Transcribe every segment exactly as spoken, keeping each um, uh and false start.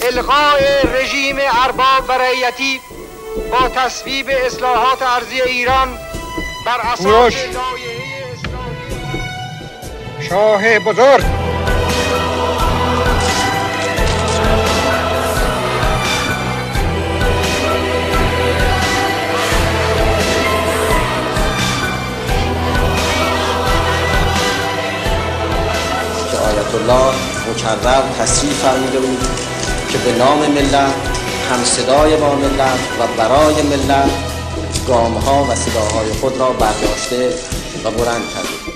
الغاء رژیم ارباب و رعیتی با تصویب اصلاحات ارضی ایران بر اساس لایحه اسلامی شاه بزرگ. آیت الله مکرر تصریح فرموده بود که به نام ملت هم صدای با ملت و برای ملت گام‌ها و صداهای خود را برداشته و بلند کرده.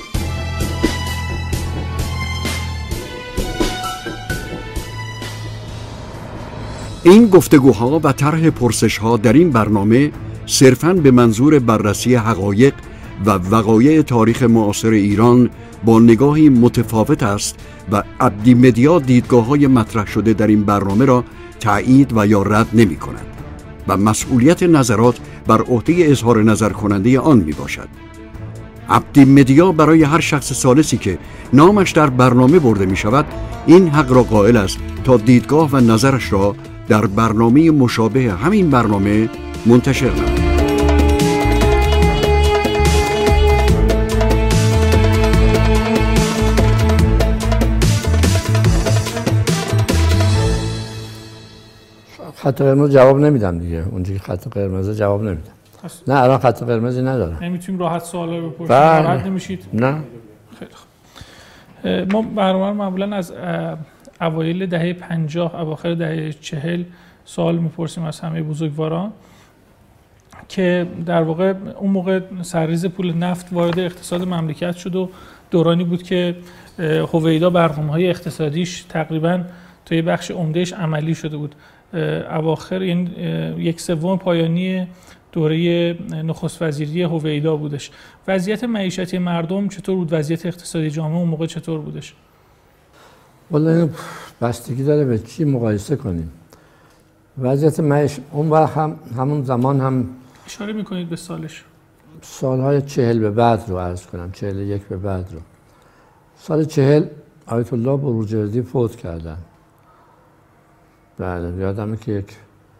این گفتگوها و طرح پرسش‌ها در این برنامه صرفاً به منظور بررسی حقایق و وقایع تاریخ معاصر ایران با نگاهی متفاوت است و عبدی مدیا دیدگاه‌های مطرح شده در این برنامه را تایید و یا رد نمی‌کند و مسئولیت نظرات بر عهده اظهار نظر کننده آن میباشد. عبدی مدیا برای هر شخص ثالثی که نامش در برنامه برده می شود این حق را قائل است تا دیدگاه و نظرش را در برنامه مشابه همین برنامه منتشر نماید. خط قرمز جواب نمیدم دیگه، اونجوری خط قرمز جواب نمیدم. نه الان خط قرمزی ندارم. نمیتونیم راحت سوالا رو بپرسیم. بله. راحت نمیشید؟ نه. خیلی خوب. ما برنامه معمولا از اوایل دهه پنجاه اواخر دهه چهل سوال میپرسیم از همه بزرگواران که در واقع اون موقع سرریز پول نفت وارد اقتصاد مملکت شد و دورانی بود که هویدا برنامه‌های اقتصادیش تقریباً تا یه بخش عمدهش عملی شده بود. اواخر یعنی یک سوم پایانی دوره نخست وزیری هویدا بودش. وضعیت معیشتی مردم چطور بود؟ وضعیت اقتصادی جامعه اون موقع چطور بودش؟ والا بستگی داره به چی مقایسه کنیم. وضعیت معیشت اون وقت هم همون زمان هم اشاره میکنید به سالش؟ سالهای چهل به بعد رو عرض کنم، چهل یک به بعد رو. سال چهل آیت الله بروجردی فوت کردن. بله یادمه که یک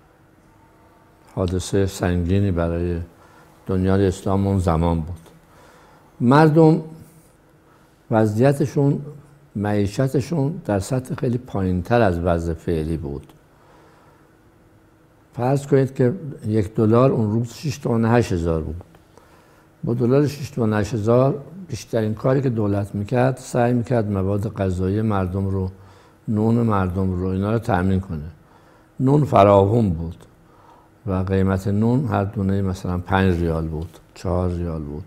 حادثه سنگینی برای دنیای اسلام اون زمان بود. مردم وضعیتشون، معیشتشون در سطح خیلی پایین‌تر از وضع فعلی بود. فرض کنید که یک دلار اون روز شش تومن هشت هزار بود. با دلار شش تومن هشت هزار بیشترین کاری که دولت میکرد سعی میکرد مواد غذایی مردم رو، نون مردم رو، اینا رو تأمین کنه. نون فراوون بود و قیمت نون هر دونه مثلا پنج ریال بود، چهار ریال بود.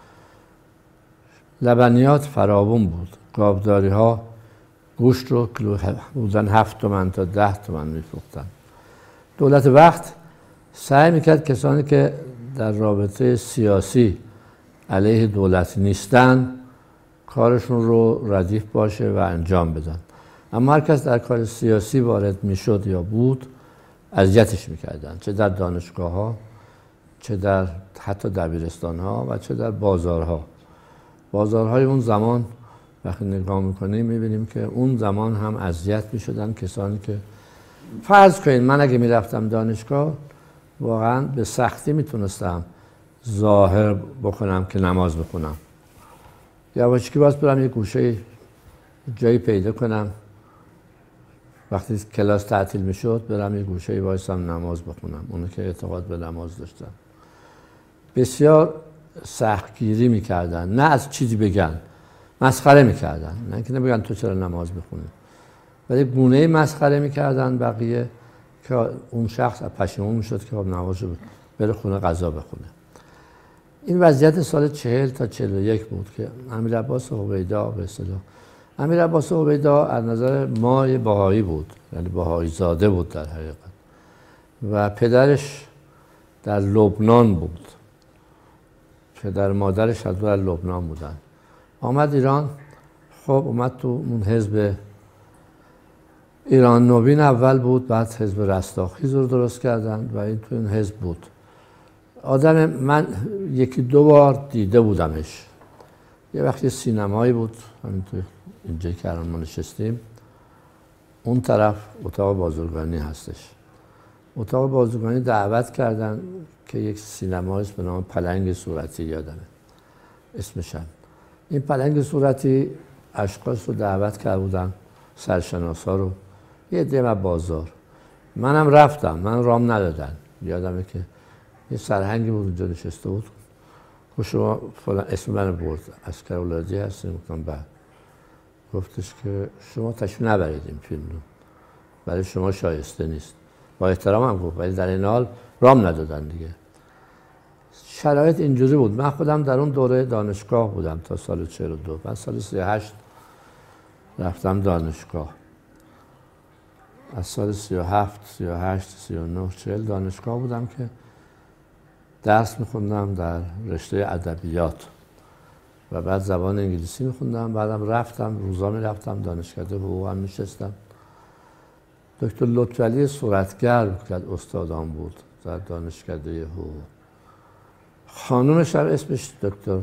لبنیات فراوون بود. گاوداری ها گوشت رو کیلو بودن هفت تومن تا ده تومن میفروختن. دولت وقت سعی میکرد کسانی که در رابطه سیاسی علیه دولت نیستن کارشون رو ردیف باشه و انجام بدن. اما هر کس در کار سیاسی وارد میشد یا بود اذیتش میکردن، چه در دانشگاه ها، چه در حتی دبیرستان ها و چه در بازارها. بازارهای اون زمان وقتی نگاه میکنیم میبینیم که اون زمان هم اذیت میشدن کسانی که فرض کنید من اگه میرفتم دانشگاه واقعا به سختی میتونستم ظاهر بکنم که نماز بخونم. یواشکی باز برم یه گوشه جایی پیدا کنم، وقتی کلاس تعطیل میشد برم یه گوشه وایسم نماز بخونم، اونو که اعتقاد به نماز داشتن. بسیار سختگیری میکردن، نه از چیزی بگن، مسخره میکردن، نه که نبگن تو چرا نماز بخونی، ولی گونه مسخره میکردن بقیه که اون شخص پشیمون میشد که نماز رو بره خونه غذا بخونه. این وضعیت سال چهل تا چهل و یک بود که امیر عباس هویدا به اصطلاح امیر عباس هویدا از نظر ما بهایی بود، یعنی بهایی زاده بود در حقیقت و پدرش در لبنان بود، پدر مادرش از در لبنان بودن. آمد ایران، خب اومد تو اون حزب ایران نوین اول بود، بعد حزب رستاخیز رو درست کردن و این تو این حزب بود. آدم من یکی دو بار دیده بودمش. یه وقتی سینمایی بود همین تو اینجا که الان ما نشستیم، اون طرف اتاق بازرگانی هستش. اتاق بازرگانی دعوت کردن که یک سینمایی به نام پلنگ صورتی، یادمه اسمشم. این پلنگ صورتی اشخاص رو دعوت کرده بودن، سرشناسا رو، یه عده از بازار. منم رفتم، من رام ندادن. یادمه که یه سرهنگی بود اونجا نشسته بود، و شما فلان اسم من برد، عسکر اولادی هستیم. گفتم بعد گفتش که شما تشریف نبرید این فیلم رو، برای شما شایسته نیست. با احترام هم گفت، ولی در این حال رام ندادن دیگه. شرایط اینجوری بود. من خودم در اون دوره دانشگاه بودم تا سال چهل و دو. من سال سی و هشت رفتم دانشگاه. از سال سی و هفت، سی و هشت، سی و نه، چهل دانشگاه بودم که درس میخوندم در رشته ادبیات و بعد زبان انگلیسی میخوندم. بعدم رفتم روزا میرفتم دانشکده حقوق هم میشستم. دکتر لطفعلی صورتگر که استادم بود در دانشکده حقوق. خانومش هم اسمش دکتر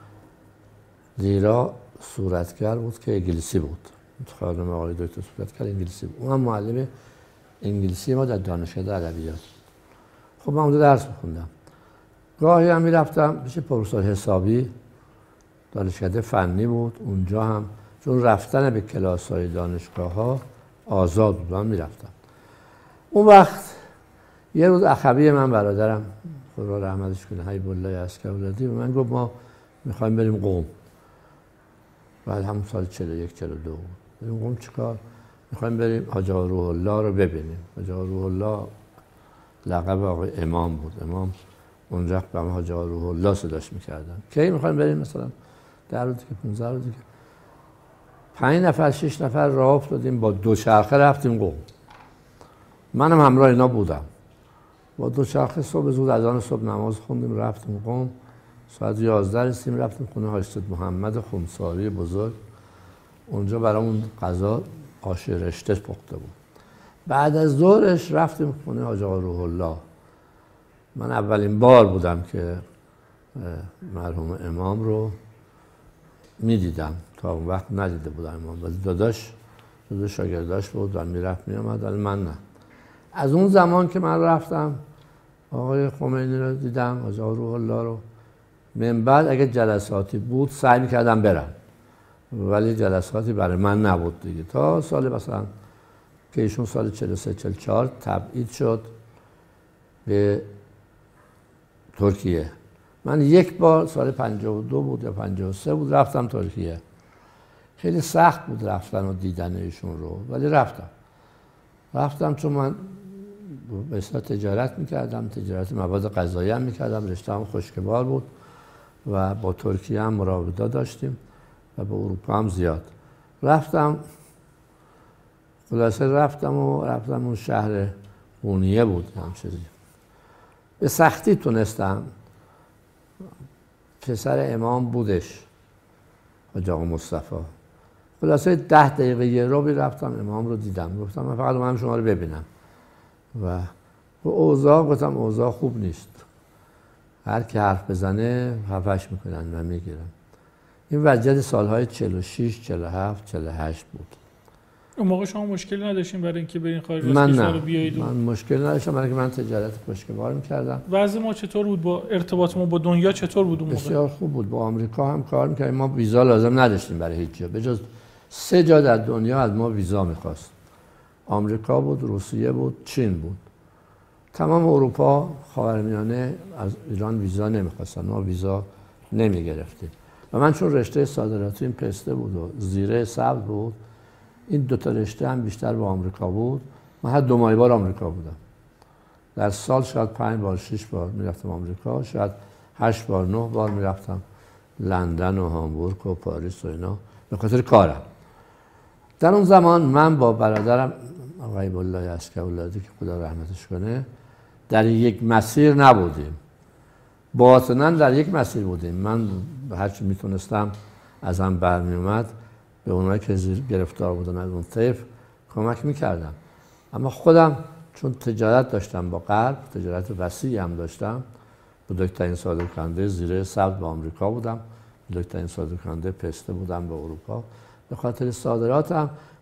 لیرا صورتگر بود که انگلیسی بود. خانم آقای دکتر صورتگر انگلیسی بود. اون هم معلم انگلیسی ما در دانشکده ادبیات. خب من اونجا درس میخوندم. گاهی هم میرفتم پیش پروفسور حسابی، دانشکده فنی بود. اونجا هم چون رفتن به کلاس‌های دانشگاه‌ها آزاد بود، من میرفتم. اون وقت یه روز اخوی من برادرم خدا رحمتش کنه حبیب الله عسکرولادی به من گفت ما میخوایم بریم قم. بعد همون سال چهل و یک چهل و دو بود. بریم قم چیکار؟ میخوایم بریم حاج آقا روح الله رو ببینیم. حاج آقا روح الله لقب آقای امام بود. امام اون وقت به حاج آقا روح الله صداش میکردن. کی میخوایم بریم؟ مثلا ده روز دیگه، پانزده روز دیگه. پنج نفر شش نفر راه افتادیم، با دوچرخه رفتیم قم. منم همراه اینا بودم. با دوچرخه صبح زود از آن صبح نماز خوندیم، رفتیم قم. ساعت یازده رسیدیم، رفتیم خونه حاج سید محمد خمساری بزرگ. اونجا برامون غذا آش رشته پخته بود. بعد از ظهرش رفتیم خونه حاج آقا روح الله. من اولین بار بودم که مرحوم امام رو میدیدم. تا اون وقت ندیده بودم امام، ولی داداش دو شاگرداش بود و میرفت میامد، ولی من نه. از اون زمان که من رفتم آقای خمینی رو دیدم، حاج آقا روح الله رو، من بعد اگه جلساتی بود سعی میکردم برم، ولی جلساتی برای من نبود دیگه. تا سال مثلا که ایشون سال چهل و سه چهل و چهار تبعید شد به ترکیه. من یک بار سال پنجاه و دو بود یا پنجاه و سه بود رفتم ترکیه. خیلی سخت بود رفتن و دیدن ایشون رو، ولی رفتم. رفتم چون من به اصطلاح تجارت میکردم، تجارت مواد غذایی هم میکردم، رشته هم خوشگوار بود و با ترکیه هم مراوده داشتیم و با اروپا هم زیاد. رفتم، خلاصه رفتم و رفتم اون شهر قونیه بود همچنین. به سختی تونستم، پسر امام بودش حاج آقا مصطفی. خلاصه ده دقیقه یه رو رفتم امام رو دیدم. گفتم من فقط اومدم شما رو ببینم و به اوضاع گفتم اوضاع خوب نیست. هر کی حرف بزنه خفش میکنن و میگیرن. این وضعیت سالهای چهل و شش، چهل و هفت، چهل و هشت بود. اون موقع شما مشکلی نداشتین برای اینکه برین خارج از کشور رو بیایید؟ من مشکل نداشتم برای اینکه من تجارت خوشگوار میکردم. وضع ما چطور بود؟ با ارتباط ما با دنیا چطور بود اون موقع؟ بسیار خوب بود. با آمریکا هم کار میکردیم. ما ویزا لازم نداشتیم برای هیچ جا، به جز سه جا در دنیا از ما ویزا میخواست. آمریکا بود، روسیه بود، چین بود. تمام اروپا، خاورمیانه از ایران ویزا نمیخواستن، ما ویزا نمیگرفتیم. و من چون رشته صادراتیم پسته بود و زیره سبز بود، این دو تا رشته هم بیشتر با آمریکا بود. من هر دو ماه بار آمریکا بودم. در سال شاید پنج بار شش بار میرفتم آمریکا، شاید هشت بار نه بار میرفتم لندن و هامبورگ و پاریس و اینا به خاطر کارم. در اون زمان من با برادرم آقای الله عسکرولادی که خدا رحمتش کنه در یک مسیر نبودیم. باطناً در یک مسیر بودیم. من هرچی میتونستم از هم برمی اومد به اونایی که گرفتار بودن از اون طیف کمک میکردم. اما خودم چون تجارت داشتم با غرب، تجارت وسیعی هم داشتم، بزرگترین صادرکننده زیره سبز به آمریکا بودم، بزرگترین صادرکننده پسته بودم به اروپا. به خاطر صادراتم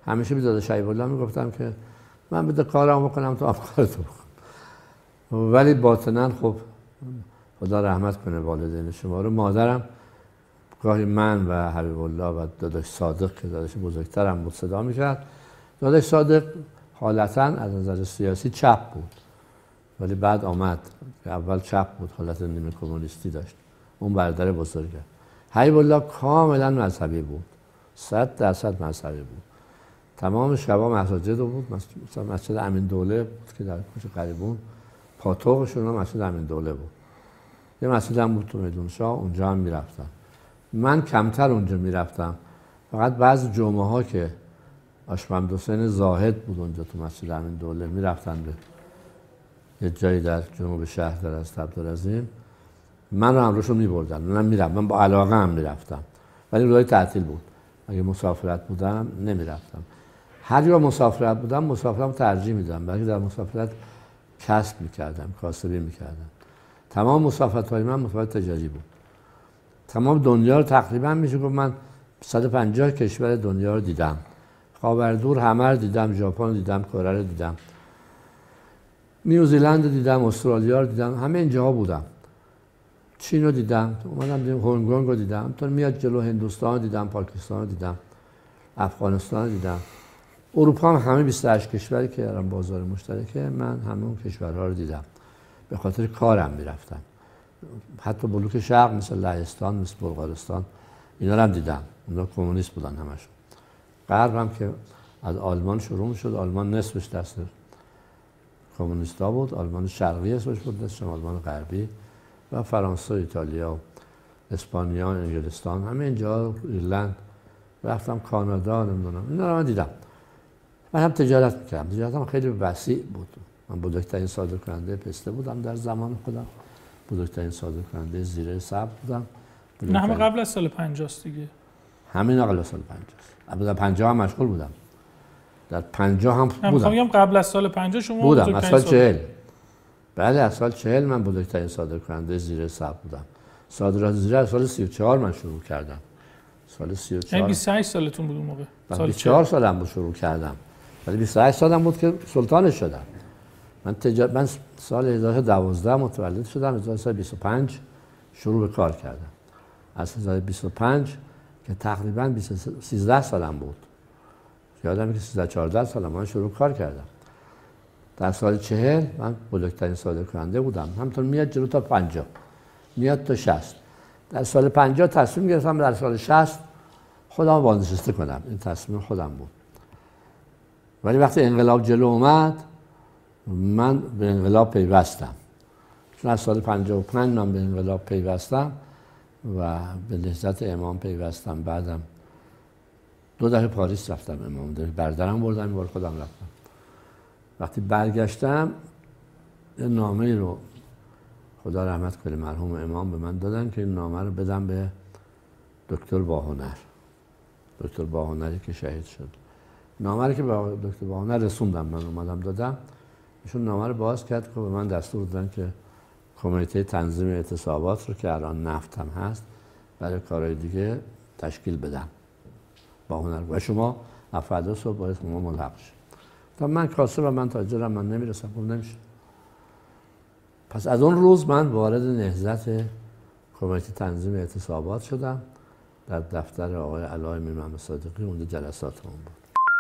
همیشه به داداش حبیب‌الله میگفتم که من بده کارم بکنم تو هم کارتو بکن. ولی باطناً خب خدا رحمت کنه والدین شما رو. مادرم گاهی من و حبیب الله و داداش صادق که داداش بزرگترم بود صدا میکرد. داداش صادق حالتاً از نظر سیاسی چپ بود ولی بعد آمد که اول چپ بود، حالت نیمه کمونیستی داشت، اون برادر بزرگه. حبیب الله کاملا مذهبی بود، صد درصد مذهبی بود. تمام شبا مساجد بود، مثلا مسجد امین دوله بود که در کوچه قریبون پاتوقشون هم مسجد امین دوله بود. یه مسجد هم بود تو میدون شاه، اونجا هم میرفتم. من کمتر اونجا میرفتم، فقط بعض جمعه ها که آشمند حسین زاهد بود اونجا تو مسجد امین دوله میرفتن به یه جایی در جنوب شهر در از عبدالعظیم، من رو همراهشون میبردن. منم میرفتم، من با علاقه هم میرفتم ولی روزای تعطیل بود. اگه مسافرت بودم نمیرفتم. هر جا مسافرت بودم مسافرتم ترجیح میدم، بلکه در مسافرت کسب میکردم، کاسبی میکردم. تمام مسافرت‌های من مسافرت تجاری بود. تمام دنیا رو تقریبا میشه گفت من صد و پنجاه کشور دنیا رو دیدم. خاوردور همه رو دیدم، ژاپن دیدم، کره رو دیدم، نیوزیلند دیدم، استرالیا رو دیدم، همه اینجاها بودم. چین رو دیدم، اومدم دیدم، هنگ کنگ رو دیدم، تا میاد جلو هندوستان دیدم، پاکستان رو دیدم، افغانستان رو دیدم. اروپا هم همه بیست و هشت کشوری که الان بازار مشترکه، من همه اون کشورها رو دیدم. به خاطر کارم میرفتم. حتی بلوک شرق مثل لهستان، مثل بلغارستان، اینا رو هم دیدم. اونا کمونیست بودن همشون. غرب هم که از آلمان شروع شد، آلمان نصفش دست کمونیستا بود، آلمان شرقی اسمش بود، دست آلمان غربی، و فرانسه، ایتالیا، اسپانیا، انگلستان، همه اینجا، ایرلند، رفتم کانادا، نمیدونم، اینا رو من دیدم. من هم تجارت میکردم، تجارتم خیلی وسیع بود. من بزرگترین صادرکننده پسته بودم در زمان خودم، بزرگترین صادرکننده زیره سبز بودم. نه همه قبل از سال پنجاه است دیگه. همین قبل از سال پنجاه. در پنجاه هم مشغول بودم. در پنجاه هم من بودم. میگم قبل از سال پنجاه شما بودم، از سال چهل. بله از سال چهل من بزرگترین صادرکننده زیره سبز بودم. صادرات زیره از سال سی و چهار من شروع کردم. سال سی و چهار. یعنی بیست و هشت سالتون بود اون موقع. سال بیست و چهار سالم بود شروع کردم. ولی بیست و هشت سالم بود که سلطانش شدم. من تجار... من سال هزار و سیصد و دوازده متولد شدم، هزار و سیصد و بیست و پنج شروع به کار کردم. از هزار و سیصد و بیست و پنج که تقریباً سیزده سالم بود. یادمه که سیزده چهارده سالم من شروع کار کردم. در سال چهل من بزرگترین صادرکننده بودم. همینطور میاد جلو تا پنجاه. میاد تا شصت. در سال پنجاه تصمیم گرفتم در سال شصت خودم بازنشسته کنم. این تصمیم خودم بود. ولی وقتی انقلاب جلو اومد من به انقلاب پیوستم. چون از سال پنجاه و پنج من به انقلاب پیوستم و به نهضت امام پیوستم. بعدم دو دفعه پاریس رفتم، امام برادرم بردم، این بار خودم رفتم. وقتی برگشتم یه نامه‌ای رو خدا رحمت کنه مرحوم امام به من دادن که این نامه رو بدم به دکتر باهنر. دکتر باهنری که شهید شد. نامه رو که به دکتر باهنر رسوندم، من اومدم دادم. ایشون نامه رو باز کرد که به من دستور دادن که کمیته تنظیم اعتصابات رو که الان نفت هم هست برای کارهای دیگه تشکیل بدم. باهنر و شما افراد صبح باید شما ملحق شد. تا من کاسه و من تاجرم، من نمیرسم، خب نمیشه. پس از اون روز من وارد نهضت کمیته تنظیم اعتصابات شدم. در دفتر آقای علاء میر محمد صادقی اونجا جلساتمون بود.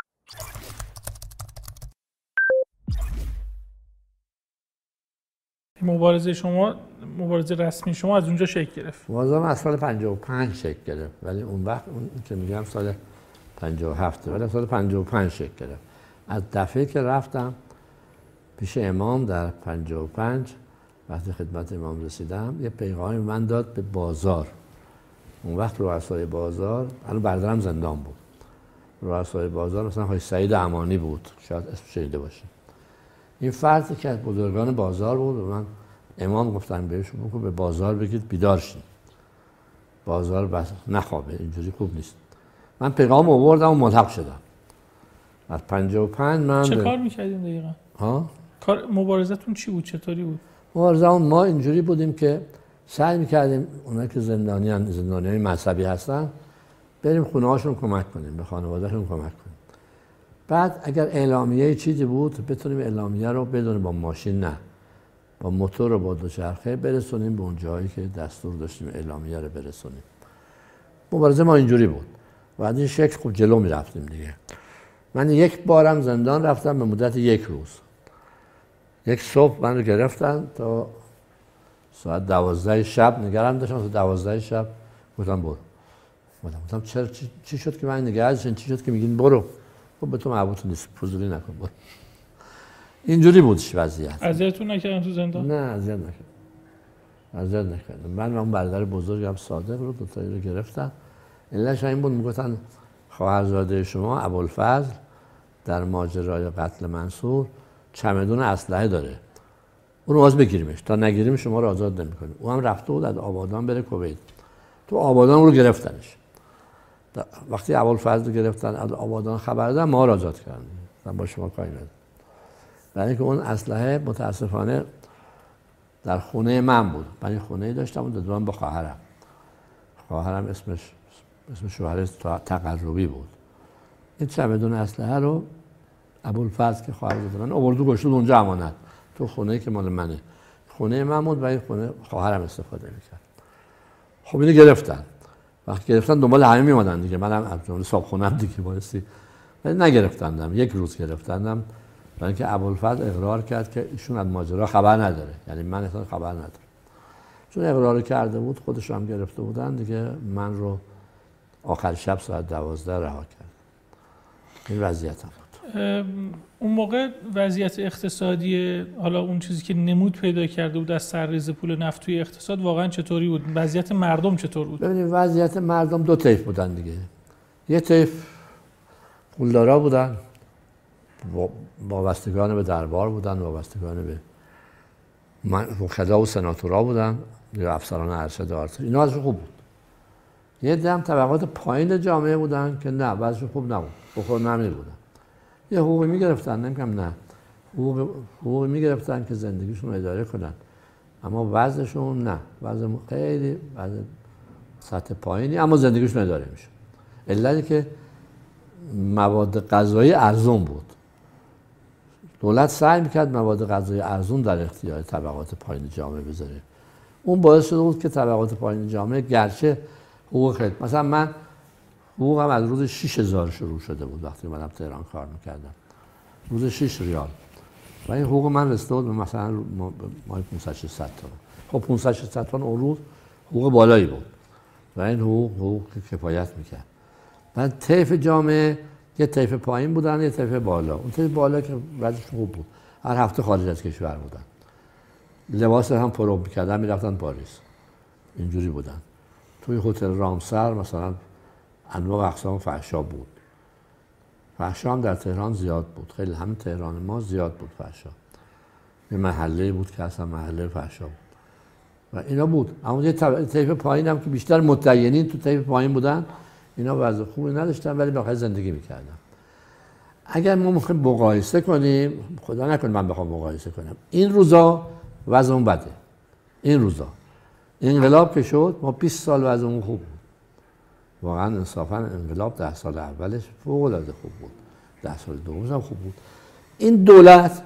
مبارزه شما، مبارزه رسمی شما از اونجا شکل گرفت؟ مبارزه از سال پنجاه و پنج شکل گرفت، ولی اون وقت اون که میگم سال پنجاه و هفت، ولی سال پنجاه و پنج شکل گرفت. از دفعه که رفتم پیش امام در پنجاه و پنج وقتی خدمت امام رسیدم یه پیغامی من داد به بازار. اون وقت رؤسای بازار، الان برادرم زندان بود، رؤسای بازار مثلا حاج سعید امانی بود، شاید اسم شنیده باشه. این فردی که از بزرگان بازار بود و من امام گفتن بهشون که به بازار بگید بیدار شید، بازار بس نخوابه، اینجوری خوب نیست. من پیغام آوردم و ملحق شدم. از پنجاه و پنج من چه به... کار میکردیم دقیقا؟ ها؟ کار مبارزتون چی بود؟ چطوری بود؟ مبارزمون ما اینجوری بودیم که سعی میکردیم اونایی که زندانیان، زندانیای مذهبی هستن، بریم خونه هاشون کمک کنیم، به خانوادهشون کمک کنیم. بعد اگر اعلامیه چیزی بود بتونیم اعلامیه رو بدون با ماشین نه با موتور و با دوچرخه برسونیم به اون جایی که دستور داشتیم اعلامیه رو برسونیم. مبارزه ما اینجوری بود و از این شکل خوب جلو می رفتیم دیگه. من یک بارم زندان رفتم به مدت یک روز. یک صبح من رو گرفتن تا ساعت دوازده شب نگرم داشتم تا دوازده شب گفتم برو. گفتم چرا چی, چی شد که من نگردشن چی شد که میگین برو؟ خب به تو مربوط نیست فضولی نکن برو. اینجوری بودش وضعیت. اذیتتون نکردن تو زندان؟ نه اذیت نکردم. اذیت نکردم. من و اون برادر بزرگم صادق رو دو تایی رو گرفتن. علتش این بود میگفتن خواهرزاده شما ابوالفضل در ماجرای قتل منصور چمدون اسلحه داره. اون رو باز بگیریمش تا نگیریم شما رو آزاد نمی‌کنیم. اون هم رفته بود از آبادان بره کویت. تو آبادان اون رو گرفتنش. وقتی ابوالفضل رو گرفتن از آبادان خبر دادن ما رو آزاد کردن. من با شما کاری ندارم. برای اینکه اون اسلحه متاسفانه در خونه من بود. من این خونه داشتم و دادم به خواهرم. خواهرم اسمش اسم شوهر تقربی بود. این چمدون اسلحه رو ابوالفضل که خواهر من آورد گشود اونجا امانت تو خونه‌ای که مال منه. خونه من بود و این خونه خواهرم استفاده می‌کرد. خب اینو گرفتن. وقتی گرفتن دنبال همه می‌اومدن دیگه. منم از جمله صاحبخونه‌ام دیگه واسه ولی نگرفتندم. یک روز گرفتندم برای اینکه ابوالفضل اقرار کرد که ایشون از ماجرا خبر نداره. یعنی من اصلا خبر ندارم. چون اقرار کرده بود خودش هم گرفته بودن دیگه من رو آخر شب ساعت دوازده رها کرد. این وضعیت هم بود. اون موقع وضعیت اقتصادی حالا اون چیزی که نمود پیدا کرده بود از سرریز پول نفت توی اقتصاد واقعا چطوری بود؟ وضعیت مردم چطور بود؟ ببینید وضعیت مردم دو طیف بودن دیگه. یه طیف پولدارا بودن، وابستگان به دربار بودن، وابستگان به وکلا و سناتورا بودن یا افسران ارشد ارتش. اینا ازش خوب بود. یه دم طبقات پایین جامعه بودن که نه وضعشون خوب نبود. بخور نمی بودن. یه حقوقی میگرفتن نمیگم نه. حقوق حقوقی میگرفتن که زندگیشون رو اداره کنن. اما وضعشون نه. وضع خیلی وضع سطح پایینی اما زندگیشون اداره میشه. علتی که مواد غذایی ارزون بود. دولت سعی میکرد مواد غذایی ارزون در اختیار طبقات پایین جامعه بذاره. اون باعث شده بود که طبقات پایین جامعه گرچه حقوق خیلی مثلا من حقوقم از روز شش هزار شروع شده بود وقتی منم تهران کار میکردم. روز شش ریال. و این حقوق من رسیده بود مثلا مای پانصد ششصد تومان. خب پانصد ششصد تومان اون روز حقوق بالایی بود. و این حقوق حقوق کفایت میکرد. بعد طیف جامعه یه طیف پایین بودن یه طیف بالا. اون طیف بالا که وضعش خوب بود. هر هفته خارج از کشور بودن. لباس هم پرو میکردن میرفتن پاریس. اینجوری بودن. توی هتل رامسر مثلا انواع اقسام فحشا بود. فحشا هم در تهران زیاد بود. خیلی همین تهران ما زیاد بود فحشا. یه محله بود که اصلا محله فحشا بود. و اینا بود. اما یه طیف پایین هم که بیشتر متدینین تو طیف پایین بودن. اینا وضع خوبی نداشتن ولی بالاخره زندگی میکردن. اگر ما میخوایم مقایسه کنیم، خدا نکنه من بخوام مقایسه کنم. این روزا وضعمون بده. این روزا. انقلاب که شد ما بیست سال وضعمون خوب بود. واقعا انصافا انقلاب ده سال اولش فوق العاده خوب بود. ده سال دومش هم خوب بود. این دولت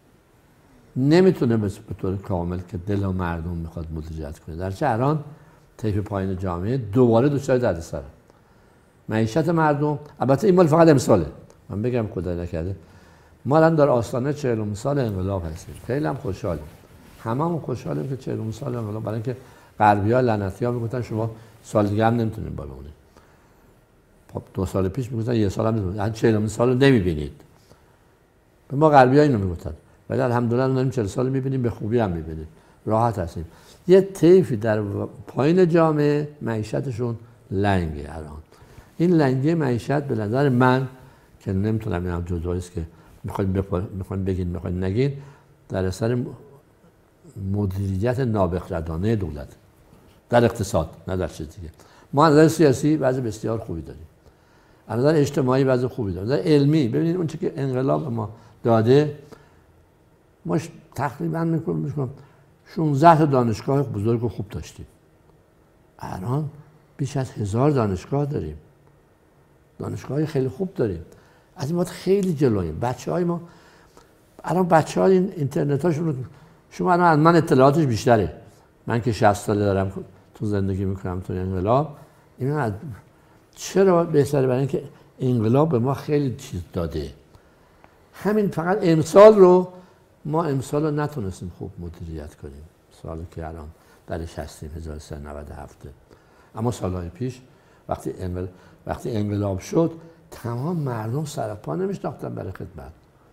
نمیتونه به طور کامل که دل و مردم میخواد مدیریت کنه. در شهران طیف پایین جامعه دوباره دچار دردسره. معیشت مردم البته این مال فقط امساله. من بگم خدای نکرده ما الان در آستانه چهلمین سال انقلاب هستیم. خیلی هم خوشحالیم. هممون خوشحالیم که چهلمین سال انقلاب برای اینکه غربی‌ها لعنتی‌ها میگفتن شما سال دیگه هم نمیتونین بمونید. خب دو سال پیش میگفتن یه سال هم نمیتونید. الان چهلمین سال رو نمیبینید. به ما غربی‌ها اینو میگفتن. ولی الحمدلله داریم چهل سال میبینیم به خوبی هم میبینیم. راحت هستیم. یه طیفی در پایین جامعه معیشتشون لنگه الان. این لنگه معیشت به نظر من که نمیتونم اینم جزئی است که میخواید میخواید بگین میخواید نگین در اثر مدیریت نابخردانه دولت در اقتصاد نه در چیز دیگه. ما از نظر سیاسی وضع بسیار خوبی داریم. از نظر اجتماعی وضع خوبی داریم. از نظر علمی ببینید اون چیزی که انقلاب ما داده ما تقریبا میکنیم شانزده تا دانشگاه بزرگ و خوب داشتیم. الان بیش از هزار دانشگاه داریم. دانشگاه خیلی خوب داریم. از این وقت خیلی جلویم. بچه‌های ما الان بچه‌ها این اینترنت‌هاشون، شما الان از من اطلاعاتش بیشتره. من که شصت ساله دارم تو زندگی میکنم تو انقلاب، اینا چرا بهتره؟ برای اینکه انقلاب به ما خیلی چیز داده. همین فقط امسال رو ما امسال رو نتونستیم خوب مدیریت کنیم، سالی که الان درش هستیم هزار و سیصد و نود و هفت. اما سالهای پیش وقتی انقلاب وقتی انقلاب شد تمام مردم سر پا نمیشتاختن برای خدمت.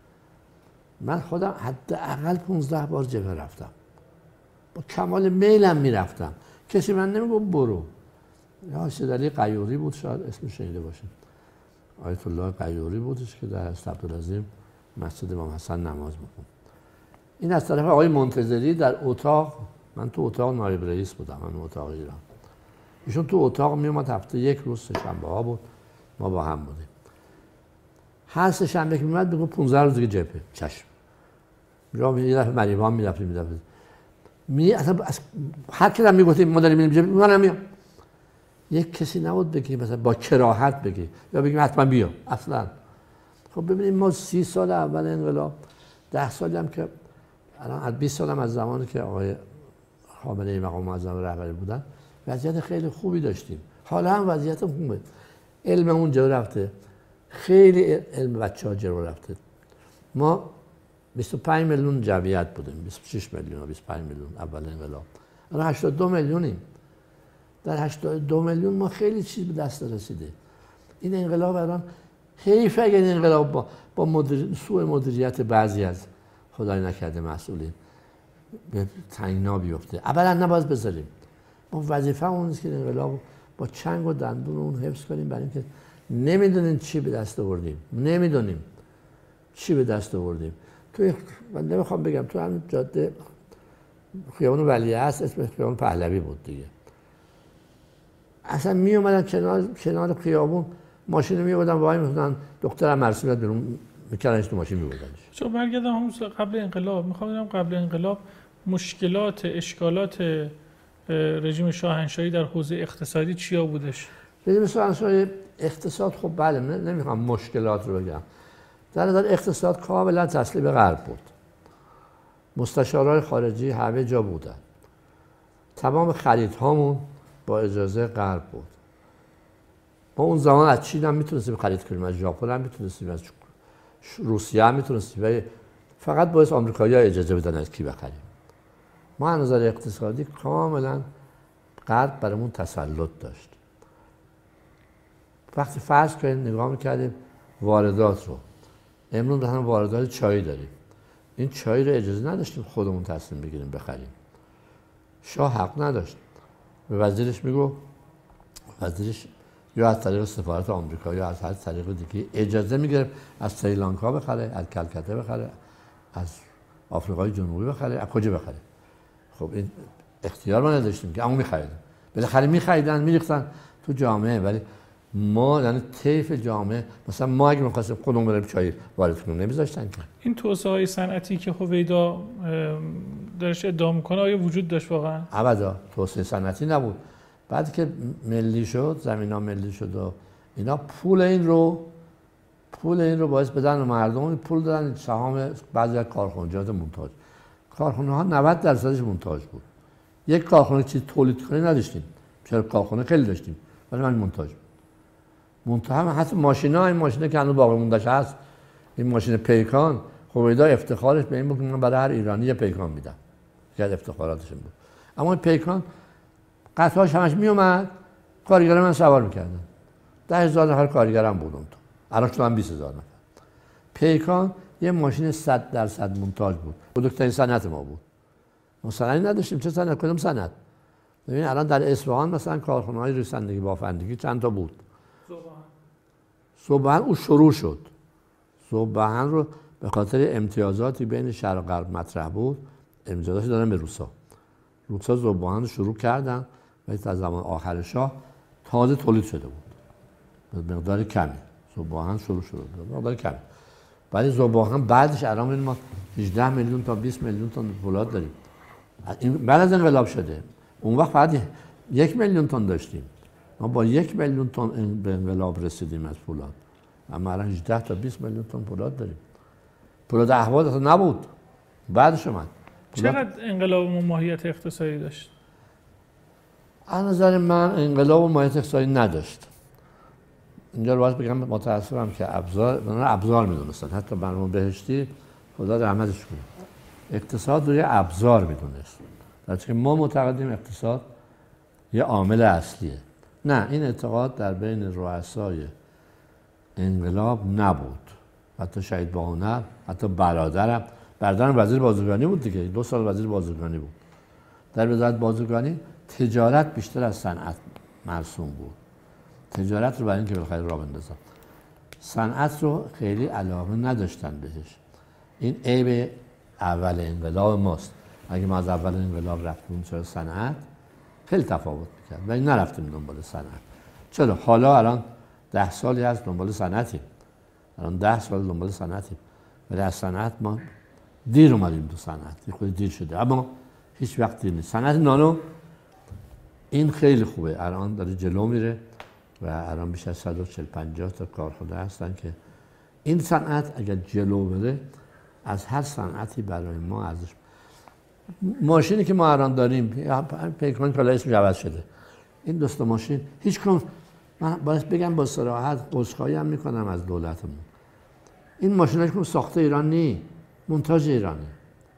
من خودم حداقل پانزده بار جبهه رفتم، با کمال میلم میرفتم، کسی من نمیگفت برو. یا سید علی قیوری بود، شاید اسمش شنیده باشید، آیت الله قیوری بودش که در حضرت عبدالعظیم مسجد امام حسن نماز میخوند. این از طرف آقای منتظری در اتاق، من تو اتاق نایب رئیس بودم، من اتاق ایران، ایشون تو اتاق میومد هفته یک روز سه شنبه ها بود ما با هم بودیم. هر سه شنبه که میومد بگو پانزده روز دیگه جبهه. چشم. میرم یه دفعه مریوان میرفتیم، یه دفعه می اصلا از هر کی هم میگفتیم ما داریم میریم جبهه، منم میام. یک کسی نبود بگی مثلا با کراهت بگی یا بگیم حتما بیا. اصلا خب ببینید ما سی سال اول انقلاب، ده سالی هم که الان از بیست سال هم از زمانی که آقای خامنه‌ای مقام معظم رهبری بودن وضعیت خیلی خوبی داشتیم. حالا هم وضعیت خوبه. علم اون جلو رفته، خیلی علم بچه‌ها جلو رفته. ما بیست و پنج میلیون جمعیت بودیم، بیست و شش میلیون و بیست و پنج میلیون اول انقلاب. الان هشتاد و دو میلیونیم. در هشتاد و دو میلیون ما خیلی چیز به دست رسیده. این انقلاب الان حیف اگه این انقلاب با با مدیر... سوء مدیریت بعضی از خدای نکرده مسئولین به تنگنا بیفته. اولا نباید بذاریم. ما وظیفه اون است که انقلاب با چنگ و دندون اون حفظ کنیم، برای اینکه نمیدونیم چی به دست آوردیم. نمیدونیم چی به دست آوردیم. تو من نمیخوام بگم تو همین جاده خیابان ولیعصر اسم خیابان پهلوی بود دیگه. اصلا می اومدن کنار کنار خیابون ماشین می آوردن وای می‌کردن دکترم مرسومیت بیرون میکردنش تو ماشین می‌بردنش. چون برگردم همون قبل انقلاب، میخوام بگم قبل انقلاب مشکلات اشکالات رژیم شاهنشاهی در حوزه اقتصادی چیا بودش؟ رژیم شاهنشاهی اقتصاد خب بله نمیخوام مشکلات رو بگم. در نظر اقتصاد کاملا تسلیم غرب بود. مستشارای خارجی همه جا بودن. تمام خریدهامون با اجازه غرب بود. ما اون زمان از چین هم میتونستیم خرید کنیم، از ژاپن هم میتونستیم، از روسیه هم میتونستیم، فقط باعث آمریکایی‌ها اجازه بدن از کی بخریم. ما از نظر اقتصادی کاملا غرب برامون تسلط داشت. وقتی فرض کنیم نگاه میکردیم واردات رو، امروز مثلا واردات چای داریم، این چای رو اجازه نداشتیم خودمون تصمیم بگیریم بخریم. شاه حق نداشت. به وزیرش میگو، وزیرش یا از طریق سفارت آمریکا یا از هر طریق دیگه اجازه میگرفت از سریلانکا بخره، از کلکته بخره، از آفریقای جنوبی بخره، از کجا بخره. خب این اختیار ما نداشتیم که اما میخریدن. بالاخره میخریدن میریختن تو جامعه، ولی ما یعنی طیف جامعه مثلا ما اگه می‌خواستیم خودمون بریم چای وارد کنیم نمیذاشتن که. این توسعه‌های صنعتی که هویدا درش ادعا میکنه آیا وجود داشت واقعا؟ ابدا توسعه صنعتی نبود. بعد که ملی شد، زمینا ملی شد و اینا پول این رو پول این رو باعث بدن مردم پول دادن سهام بعضی از کارخانجات مونتاژ. کارخانه‌ها نود درصدش مونتاژ بود. یک کارخانه چیز تولید کنه نداشتیم. چرا کارخانه خیلی داشتیم ولی من مونتاژ بود. منتها حتی ماشینا، این ماشینه که هنوز باقی مونده‌اش هست، این ماشین پیکان، هویدا افتخارش به این بود که من برای هر ایرانی یه پیکان میدم. یاد افتخاراتش بود. اما این پیکان قطعاش همش می اومد، کارگران من سوار میکردن. ده هزار نفر کارگرم بود اون تو. الان شدن بیست هزار نفر. پیکان یه ماشین صد درصد مونتاژ بود. بزرگترین صنعت ما بود. ما صنعتی نداشتیم، چه صنعت کدوم صنعت؟ ببین الان در اصفهان مثلا کارخانه‌های ریسندگی بافندگی چند تا بود. صبحان او شروع شد. صبحان رو به خاطر امتیازاتی بین شرق و غرب مطرح بود، امتیازاتی دادن به روسا. روسا صبحان رو شروع کردن و تا زمان آخر شاه تازه تولید شده بود. به مقدار کمی. صبحان شروع شد. به مقدار کمی. ولی صبحان بعدش الان ما هجده میلیون تا بیست میلیون تن فولاد داریم. این بعد از انقلاب شده. اون وقت فقط یک میلیون تن داشتیم. ما با یک میلیون تن به انقلاب رسیدیم از فولاد. اما الان هجده تا بیست میلیون تن پولاد داریم. پولاد اهواز اصلا نبود، بعدش اومد. چقدر انقلاب ماهیت اقتصادی داشت؟ از نظر من انقلاب و ماهیت اقتصادی نداشت. اینجا رو باید بگم متاسفم که ابزار من ابزار میدونستن، حتی برنامه بهشتی خدا رحمتش کنه اقتصاد رو یه ابزار میدونست، در که ما معتقدیم اقتصاد یه عامل اصلیه. نه، این اعتقاد در بین رؤسای انقلاب نبود. حتی شهید باهنر، حتی برادرم برادرم وزیر بازرگانی بود دیگه، دو سال وزیر بازرگانی بود. در وزارت بازرگانی تجارت بیشتر از صنعت مرسوم بود. تجارت رو برای اینکه بالاخره راه بندازن، صنعت رو خیلی علاقه نداشتن بهش. این عیب اول انقلاب ماست. اگه ما از اول انقلاب رفتیم سراغ صنعت خیلی تفاوت میکرد ولی نرفتیم دنبال صنعت. چرا؟ حالا الان ده سالی از دنبال صنعتیم، الان ده سال دنبال صنعتیم، ولی از صنعت ما دیر اومدیم تو صنعت، خود دیر شده، اما هیچ وقت دیر نیست. صنعت نانو این خیلی خوبه، الان داره جلو میره و الان بیش از صد و چهل پنجاه تا کارخونه هستن که این صنعت اگر جلو بره از هر صنعتی برای ما ارزش. ماشینی که ما الان داریم پیکان کالا اسمش عوض شده، این دوست ماشین هیچ کم من باید بگم با صراحت عذرخواهی هم میکنم از دولتمون، این ماشیناش که ساخته ایران نی، مونتاژ ایرانه.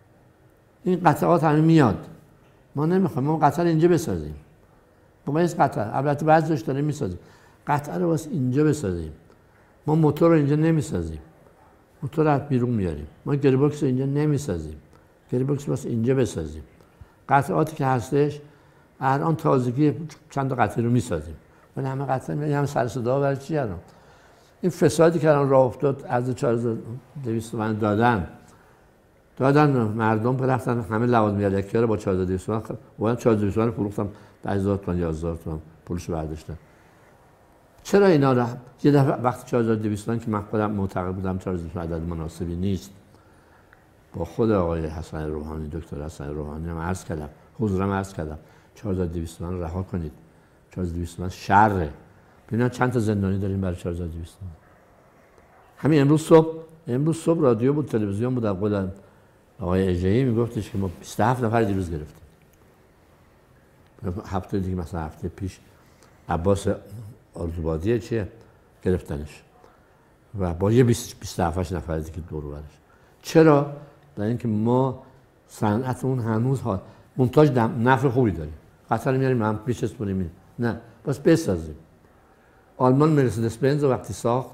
این قطعات همین میاد، ما نمیخوایم، ما قطعه اینجا بسازیم. ما این قطعه البته بعضیش داریم میسازیم، قطعه رو واسه اینجا بسازیم. ما موتور رو اینجا نمیسازیم، موتور رو از بیرون میاریم. ما گری باکس رو اینجا نمیسازیم، گری باکس واسه اینجا بسازیم. قطعاتی که هستش الان تازگی چند تا قطعه رو میسازیم، ولی همه قطعه میاد هم سر صدا برای چی الان؟ این فسادی که الان راه افتاد از چهار هزار و دویست تومن دادن دادن مردم رفتن همه لوازم یدکی رو با چهار هزار و دویست تومن و چهار هزار و دویست تومن فروختم ده هزار تومن یا هزار تومن پولش برداشتن. چرا اینا رو یه دفعه وقتی چهار هزار و دویست تومن که من خودم معتقد بودم چهار هزار و دویست تومن عدد مناسبی نیست، با خود آقای حسن روحانی دکتر حسن روحانی هم عرض کردم، حضورم عرض کردم چهار هزار و دویست تومن رها کنید، چهار هزار و دویست تومن شره. ببینید چند تا زندانی داریم برای چهار هزار و دویست تومن. همین امروز صبح امروز صبح رادیو بود، تلویزیون بود، قول آقای اژه‌ای میگفتش که ما بیست و هفت نفر دیروز گرفتیم. هفته دیگه مثلا هفته پیش عباس آرزوبادیه چیه گرفتنش و با یه بیست و هفت نفر دیگه دور و برش. چرا؟ در اینکه ما صنعتمون هنوز ها مونتاژ نفع خوبی داریم. قطر میاریم هم پیش اسپونیم، نه بس بسازیم. آلمان مرسدس بنز وقتی ساخت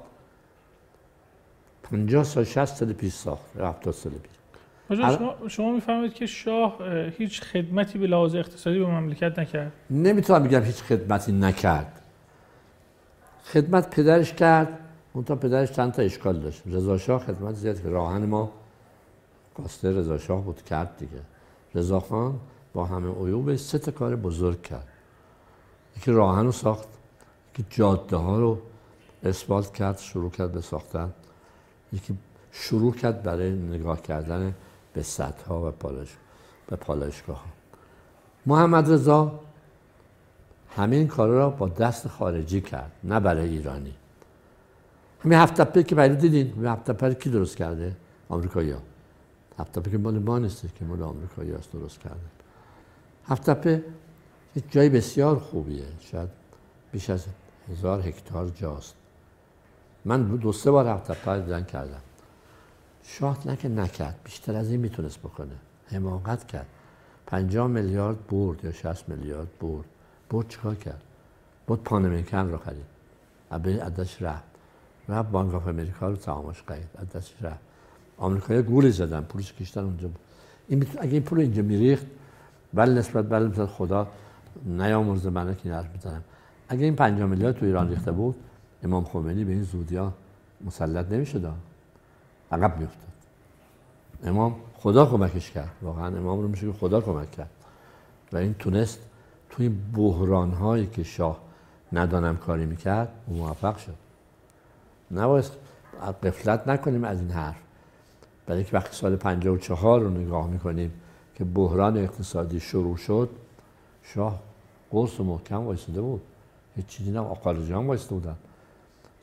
پنجاه سال شصت سال پیش ساخت، هفتاد سال پیش. شما شما میفهمید که شاه هیچ خدمتی به لحاظ اقتصادی به مملکت نکرد؟ نمیتونم بگم هیچ خدمتی نکرد. خدمت پدرش کرد، اون تا پدرش چند تا اشکال داشت. رضا شاه خدمت زیاد که راهن ما کاسته رضا شاه بود کرد دیگه. رضا خان با همه عیوبش سه تا کار بزرگ کرد. یکی راهن رو ساخت، یکی جاده ها رو اسفالت کرد، شروع کرد به ساختن، یکی شروع کرد برای نگاه کردن به سطح ها و پالایش به پالایشگاه ها. محمد رضا همین کارا را با دست خارجی کرد، نه برای ایرانی. همین هفت تپه که برای دیدین، همین هفت تپه کی درست کرده؟ آمریکایی‌ها. هفت تپه که مال ما نیست که مال آمریکایی‌ها است درست کرده. هفت تپه یک جای بسیار خوبیه، شاید بیش از هزار هکتار جاست. من دو سه بار هفت تپه رو دیدن کردم. شاه نه که نکرد، بیشتر از این میتونست بکنه. حماقت کرد. پنجاه میلیارد برد یا شصت میلیارد برد. برد چیکار کرد؟ برد پانامریکن رو خرید. ابی عدش رفت. رفت بانک آف امریکا رو سهامش خرید. عدش رفت. آمریکایی‌ها گول زدن، پولش کشتن اونجا. این اگه این پول اینجا میریخت، ولی نسبت بله مثلا خدا نیامرزه منو که حرف میزنم. اگه این پنجاه میلیارد تو ایران ریخته بود، امام خمینی به این زودی‌ها مسلط نمی‌شد. عقب میافتاد. امام خدا کمکش کرد. واقعا امام رو میشه که خدا کمک کرد. و این تونست توی بحران‌هایی که شاه ندانم کاری میکرد موفق شد. نباید غفلت نکنیم از این حرف. برای اینکه وقتی سال پنجاه و چهار رو نگاه میکنیم که بحران اقتصادی شروع شد، شاه قرص و محکم وایساده بود. هیچ چیزی نه، آقا جان وایساده بودن.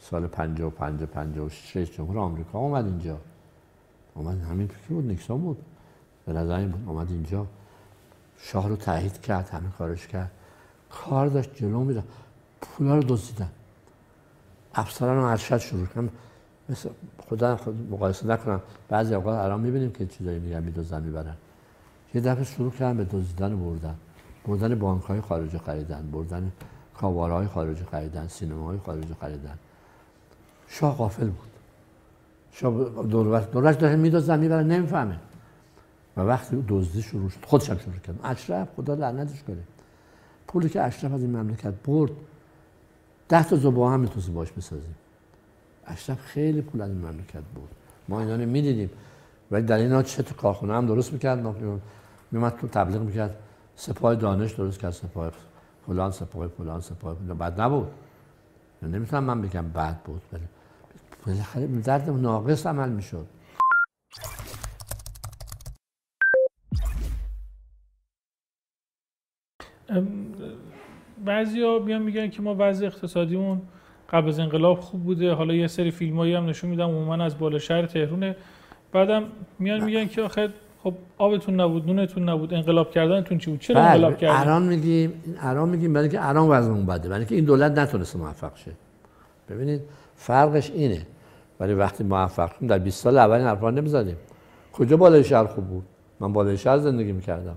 سال پنجاه و پنج پنجاه و شش رئیس جمهور آمریکا اومد اینجا. اومد همین فکر بود، نیکسون بود به نظر این بود. اومد اینجا شاه رو تایید کرد، همه کارش کرد، کار داشت جلو میره. پولا رو دزدیدن، افسران و ارشد شروع کردن. مثل خدا خود مقایسه نکنم، بعضی اوقات الان میبینیم که چیزایی میگن میدزدن میبرن. یه دفعه شروع کردن به دزدیدن و بردن بردن بانک‌های خارجی خریدن، بردن کاوارهای خارجی خریدن، سینماهای خارجی خریدن. شاه غافل بود. شاه دولت دولت داره میدزدن میبرن نمیفهمه. و وقتی دزدی شروع شد خودش هم شروع کرد. اشرف خدا لعنتش کنه، پولی که اشرف از این مملکت برد ده تا زبا هم میتونست باش بسازیم. اشرف خیلی پول از این مملکت برد، ما اینا رو میدیدیم. ولی در اینا چه تو کارخونه هم درست میکرد، میومد تو تبلیغ میکرد سپاه دانش درست کرد، سپاه فلان سپاه فلان سپاه فلان. بد نبود، نمیتونم من بگم بد بود، ولی بالاخره درد ناقص عمل میشد. بعضیا بیان میگن که ما وضع اقتصادیمون قبل از انقلاب خوب بوده، حالا یه سری فیلمایی هم نشون میدم عموما از بالا شهر تهرونه، بعدم میان میگن که آخه خب آبتون نبود، نونتون نبود، انقلاب کردنتون چی بود؟ چرا انقلاب کردین؟ الان میگیم الان میگیم برای که الان وضعمون بده، برای که این دولت نتونسته موفق شه. ببینید فرقش اینه. ولی وقتی موفق شدیم در بیست سال اول این حرفا نمیزدیم. کجا بالای شهر خوب بود؟ من بالای شهر زندگی میکردم.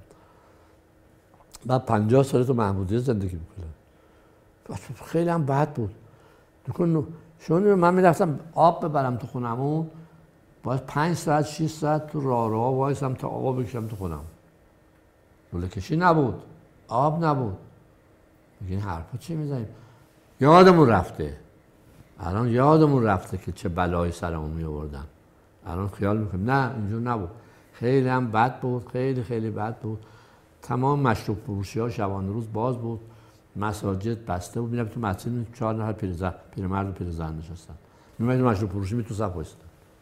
بعد پنجاه سال تو محمودیه زندگی میکردم. خیلی هم بد بود. دکون شون من میرفتم آب ببرم تو خونمون، باید پنج ساعت شش ساعت تو راه راه وایسم تا آب بکشم تو خونم. لوله کشی نبود، آب نبود. میگین حرفا چی میزنیم؟ یادمون رفته. الان یادمون رفته که چه بلایی سرمون می آوردن. الان خیال میکنیم نه اینجور نبود. خیلی هم بد بود، خیلی خیلی بد بود. تمام مشروب فروشی ها شبانه روز باز بود، مساجد بسته بود. میرفت تو مسجد چهار نفر پیرزن پیرمرد و پیرزن نشستن. میومد مشروب فروشی می تو صف وایسادن.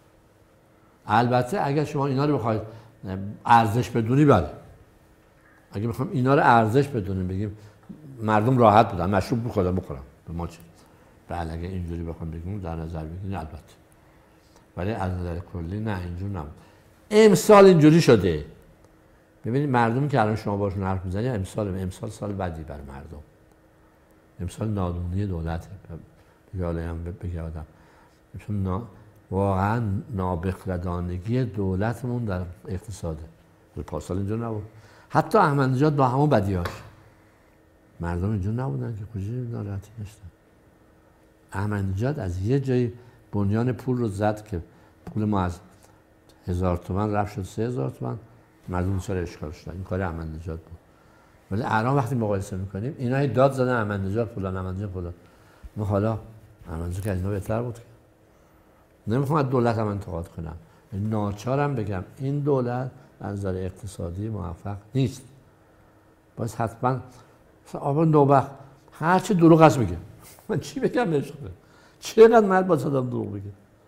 البته اگر شما اینا رو بخواید ارزش بدونی، بله. اگه بخوام اینا رو ارزش بدونیم بگیم مردم راحت بودن، مشروب بخورن بخورن به ما چه. بله اگه اینجوری بخوام بگیم در نظر بگیرید البته. ولی از نظر کلی نه اینجور نبود. امسال اینجوری شده. ببینید مردم که الان شما باشون حرف میزنید امسال امسال سال بدی بر مردم. امسال نادونی دولته. بگم بگم نا... واقعا نابخردانگی دولتمون در اقتصاده. پاسال اینجور نبود. حتی احمد نژاد با همون بدیاش مردم اینجور نبودن که کجا ناراحتی داشتن. احمد نژاد از یه جایی بنیان پول رو زد که پول ما از هزار تومن رفت شد سه هزار تومن، مردم چرا اشکال شدن. این کار احمد نژاد بود. ولی الان وقتی مقایسه میکنیم اینا داد زدن احمد نژاد فلان احمد نژاد فلان. ما حالا احمد نژاد که از اینا بهتر بود. نمیخوام از دولت هم انتقاد کنم، ناچارم بگم این دولت از نظر اقتصادی موفق نیست. باز حتما آبان نوبخت هر چی دروغ هست میگه. من چی بگم بهش؟ چقدر مرد باز آدم دروغ بگه؟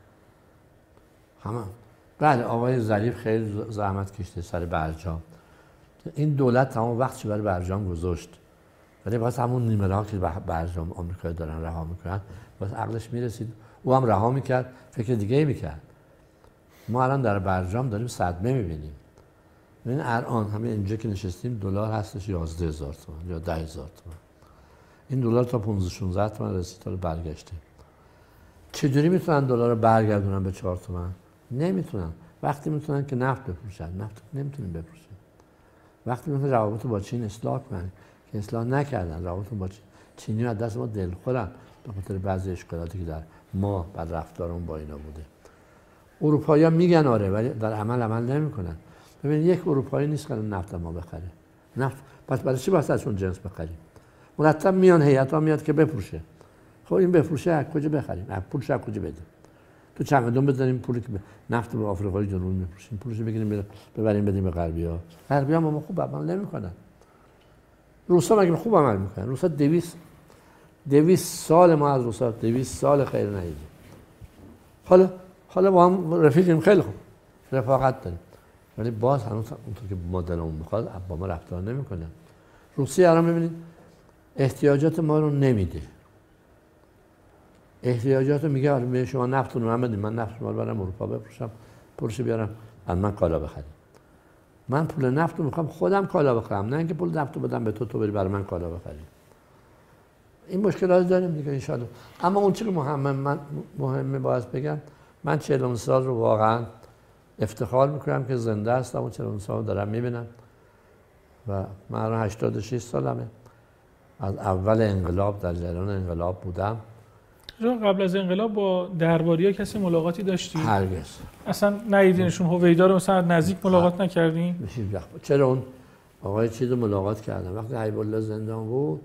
همه بله آقای ظریف خیلی زحمت کشته سر برجام. این دولت تمام وقتش برای برجام گذاشت. ولی باز همون نیمه ها که برجام آمریکا دارن رها میکنن باز عقلش میرسید او هم رها میکرد، فکر دیگه ای میکرد. ما الان در برجام داریم صدمه میبینیم. ببین الان همین اینجا که نشستیم دلار هستش یازده هزار تومان یا ده هزار تومان. این دلار تا پانزده شانزده تومان رسید تا برگشته. چجوری میتونن دلار رو برگردونن به چهار تومان؟ نمیتونن. وقتی میتونن که نفت بفروشن، نفت نمیتونن بفروشن. وقتی میتونن روابط با چین اصلاح کنن که اصلاح نکردن، روابط با چین چینی از دست ما دلخورن به خاطر بعضی اشکالاتی که در ما بر رفتارمون با اینا بوده. اروپایی‌ها میگن آره ولی در عمل عمل نمیکنن. ببین یک اروپایی نیست که نفت ما بخره. نفت پس برای چی باید ازشون جنس بخریم؟ مرتب میان هیئت‌ها میاد که بفروشه. خب این بفروشه از کجا بخریم؟ از پولش از کجا بدیم؟ تو چمدون بزنیم پولی که نفت به آفریقای جنوبی میفروشیم، پولش بگیریم ببریم بدیم به غربی‌ها. غربی‌ها ما خوب عمل نمیکنن. روسا مگه خوب عمل میکنن؟ روسا دویست دویست سال ما از روسا دویست سال خیر ندیدیم. حالا حالا با هم رفیقیم خیلی خوب. رفاقت داریم. ولی باز هنوز اونطور که مدلمون میخواد با ما رفتار نمیکنن. روسیه الان ببینید احتیاجات ما رو نمیده. احتیاجات رو میگه آره به شما نفت رو من بدید، من نفت رو برم اروپا بفروشم، پولش بیارم از من کالا بخرید. من پول نفت رو میخوام خودم کالا بخرم، نه اینکه پول نفت رو بدم به تو تو بری برای من کالا بخری. این مشکلات داریم دیگه ان شاء الله. اما اون چیزی که مهمه من مهمه باید بگم، من چهل سال رو واقعا افتخار میکنم که زنده هستم و چهل سال رو دارم میبینم و من الان هشتاد و شش سالمه. از اول انقلاب در جریان انقلاب بودم. قبل از انقلاب با درباریا کسی ملاقاتی داشتی؟ هرگز. اصلا ندیدینشون؟ هویدا رو مثلا نزدیک ملاقات نکردین؟ چرا اون آقای چیز رو ملاقات کردم وقتی حبیب الله زندان بود،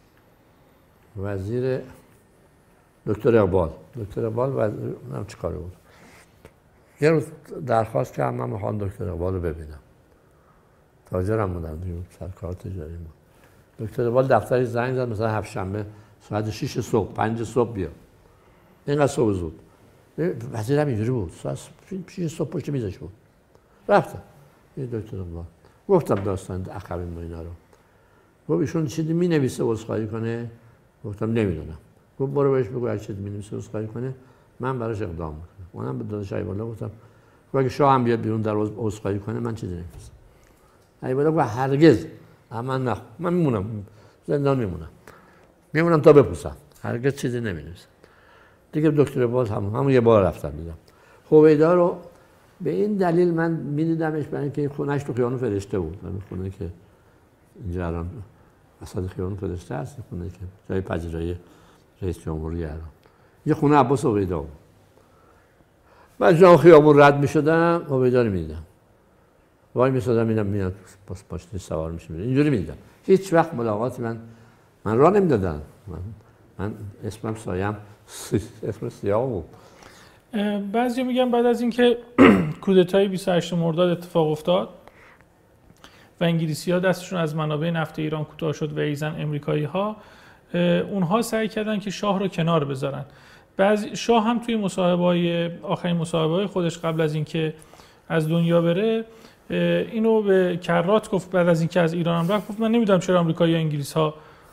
وزیر دکتر اقبال دکتر اقبال وزیر نمیدونم چه کاره بود، یه روز درخواست کردم من میخوام دکتر اقبال رو ببینم. تاجرم بودم دیگه، سرکار تجاری بود. دکتر اقبال دفتری زنگ زد مثلا هفت شنبه ساعت شش صبح پنج صبح بیا. اینقدر صبح زود. وزیرم اینجوری بود. ساعت شش صبح پشت میزش بود. رفتم. یه دکتر اقبال. گفتم داستان عقبیم و اینا رو. گفت ایشون چیزی می‌نویسه عذرخواهی کنه؟ گفتم نمیدونم. گفت برو بهش بگو هر چیزی می‌نویسه عذرخواهی کنه من براش اقدام می‌کنم. اونم به داداش حبیب الله گفتم اگه شاه هم بیاد بیرون در عذرخواهی کنه من چیزی نمی‌نویسم. حبیب الله گفت هرگز. من نه من میمونم زندان میمونم. میمونم تا بپوسم. هرگز چیزی نمی‌نویسم. دیگه دکتر باز هم همون یه بار رفتم دیدم. هویدا رو به این دلیل من می‌دیدمش برای اینکه خونه‌اش تو خیابون فرشته بود. من خونه که اینجا الان وسط خیابون فرشته هست، خونه که جای پذیرایی رئیس جمهوری ایران. یه خونه عباس هویدا بود. من جان خیابون رد می‌شدم، هویدا رو می‌دیدم. وای می‌سادم می‌دیدم میاد پاس پاشنه سوار میشه میره. اینجوری می‌دیدم. هیچ وقت ملاقاتی من من راه نمی‌دادم. من من اسمم سایم اسم سیاه بود. بعضی میگن بعد از اینکه کودتای بیست و هشتم مرداد اتفاق افتاد و انگلیسی‌ها دستشون از منابع نفت ایران کوتاه شد و ایزن امریکایی‌ها، اونها سعی کردن که شاه رو کنار بذارن. بعضی شاه هم توی مصاحبه‌های آخرین مصاحبه‌های خودش قبل از اینکه از دنیا بره اینو به کرات گفت، بعد از اینکه از ایران هم رفت گفت من نمیدونم چرا آمریکایی و انگلیس‌ها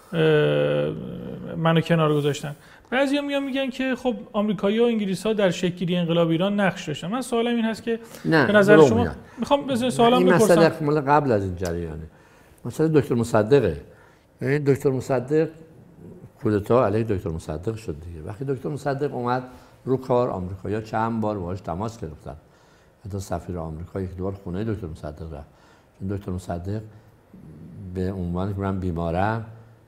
منو کنار گذاشتن. بعضیا میان میگن که خب آمریکایی و انگلیس‌ها در شکل‌گیری انقلاب ایران نقش داشتن. من سوالم این هست که به نظر شما میاد. میخوام بزن سوالم بپرسم. این مسئله قبل از این جریانه. مثلا دکتر مصدقه. این دکتر مصدق کودتا علیه دکتر مصدق شد دیگه. وقتی دکتر مصدق اومد رو کار، آمریکایی‌ها چند بار باهاش تماس گرفتن. حتی سفیر آمریکا یک دوبار خونه دکتر مصدق رفت. چون دکتر مصدق به عنوان که من بیمارم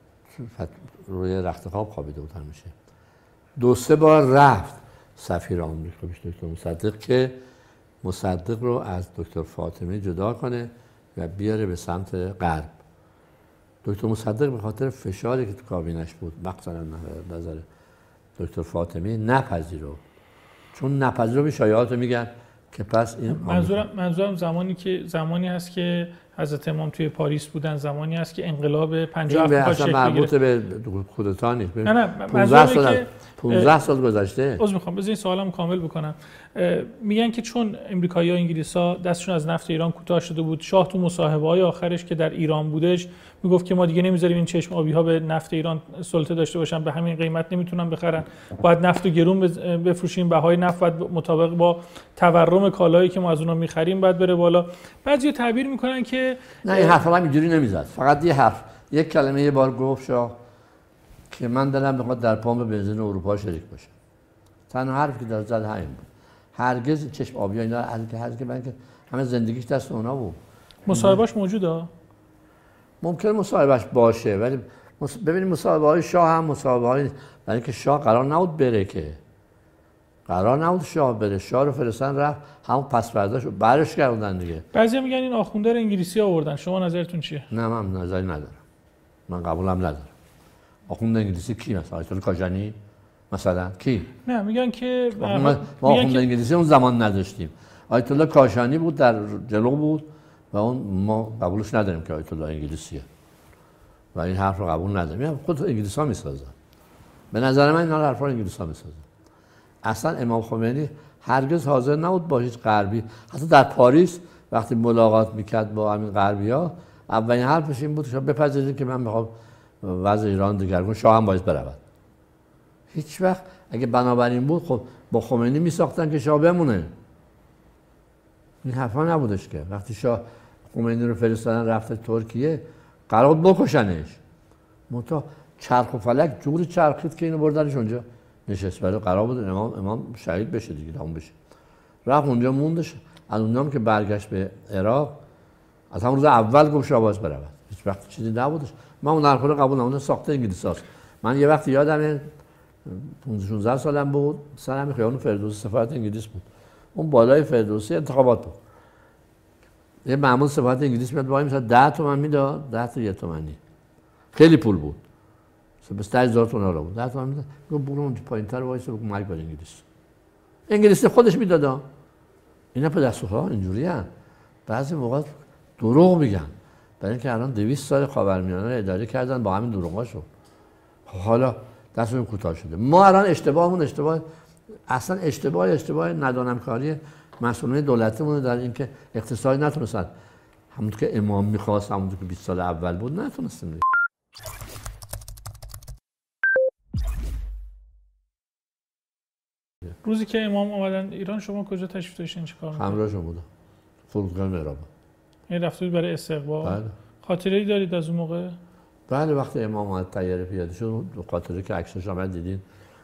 روی رخت خواب خوابیده بود همیشه. دو سه بار رفت سفیر آمریکا پیش دکتر مصدق که مصدق رو از دکتر فاطمی جدا کنه و بیاره به سمت غرب. دکتر مصدق به خاطر فشاری که تو کابینش بود مقصدا نظر دکتر فاطمی نپذیرو، چون نپذیرو شایعات میگن که پس این منظورم منظورم زمانی که زمانی هست که حضرت امام توی پاریس بودن، زمانی هست که انقلاب پنجاه و هفت شکل گرفت. مربوط به کودتا نیست. نه نه پانزده سال پانزده سال گذشته. عذر میخوام بذارین سوالم کامل بکنم. میگن که چون امریکایی‌ها و انگلیس‌ها دستشون از نفت ایران کوتاه شده بود، شاه تو مصاحبه‌های آخرش که در ایران بودش میگفت که ما دیگه نمیذاریم این چشم آبی‌ها به نفت ایران سلطه داشته باشن، به همین قیمت نمیتونن بخرن، باید نفت رو گرون بفروشیم، بهای نفت باید مطابق با تورم کالایی که ما از اونها می‌خریم باید بره بالا. بعضیا تعبیر میکنن که نه این حرفا اینجوری نمیزد، فقط یه حرف یک کلمه یه بار گفت شاه که من دلم میخواد در پامپ بنزین اروپا شریک باشم. تنها حرفی که در زد همین بود. هرگز چشم آبی اینا هرگز من که همه زندگیش دست اونا بود. مصاحبهش موجوده؟ ممکنه مصاحبهش باشه ولی ببینید مصاحبه های شاه هم مصاحبه های برای اینکه شاه قرار نبود بره، که قرار نبود شاه بره، شاه رو فرستادن رفت همون پس فرداش رو برش کردن دیگه. بعضیا میگن این آخونده رو انگلیسی آوردن، شما نظرتون چیه؟ نه من نظری ندارم، من قبولم ندارم. آخونده انگلیسی کی مثلا؟ آیت الله کاشانی مثلا کی؟ نه میگن که ما, ما آخونده انگلیسی اون زمان نداشتیم. آیت الله کاشانی بود در جلو بود و اون ما قبولش نداریم که آیت الله انگلیسیه و این حرف رو قبول نداریم. خود انگلیس‌ها میسازن. به نظر من این حرفا رو انگلیس‌ها میسازن. اصلا امام خمینی هرگز حاضر نبود با هیچ غربی، حتی در پاریس وقتی ملاقات میکرد با همین غربی‌ها اولین حرفش این بود که بپذیرید که من میخوام وضع ایران دگرگون، شاه هم باید برود. هیچ وقت اگه بنابراین بود خب با خمینی میساختن که شاه بمونه. این حرفا نبودش که وقتی شاه خمینی رو فرستادن رفته ترکیه قرار بود بکشنش. منتها چرخ و فلک جوری چرخید که اینو بردنش اونجا نشست. برای قرار بود امام امام شهید بشه دیگه، تموم بشه. رفت اونجا موندش. از اونجا که برگشت به عراق از همون روز اول گفت شاه باز برود. هیچ وقت چیزی نبودش. من اون حرفا رو قبول نمی‌کنم. ساخته انگلیساست. من یه وقتی یادمه پانزده شانزده سالم بود، سرم خیابون فردوسی سفارت انگلیس بود. اون بالای فردوسی انتخابات بود. یه مأمور سفارت انگلیس میاد وای میساد ده تومن میداد، ده تا یه تومنی. خیلی پول بود. بیست هزار تومان رو بود. ده تومن میداد. گفت برو اون پایین‌تر وایس بگو مرگ بر انگلیس. انگلیسی خودش میداد. اینا پدرسوخا اینجوریه. بعضی موقع دروغ میگن. برای اینکه الان دویست سال خاورمیانه رو اداره کردن با همین دروغاشو. حالا دستشون کوتاه شده. ما الان اشتباهمون اشتباه اصلا اشتباه اشتباه ندانمکاری مسئولین دولتمون در اینکه اقتصادی نتونستن همونطور که امام میخواست، همونطور که بیست سال اول بود نتونستیم. روزی که امام اومدن ایران شما کجا تشریف داشتین چیکار می‌کردین؟ همراهشون بودم. فرودگاه مهراب. این رفتید برای استقبال؟ بله. خاطره‌ای دارید از اون موقع؟ بله وقتی امام اومد طیاره پیاده شد، دو خاطره که عکسش آمد دیدین.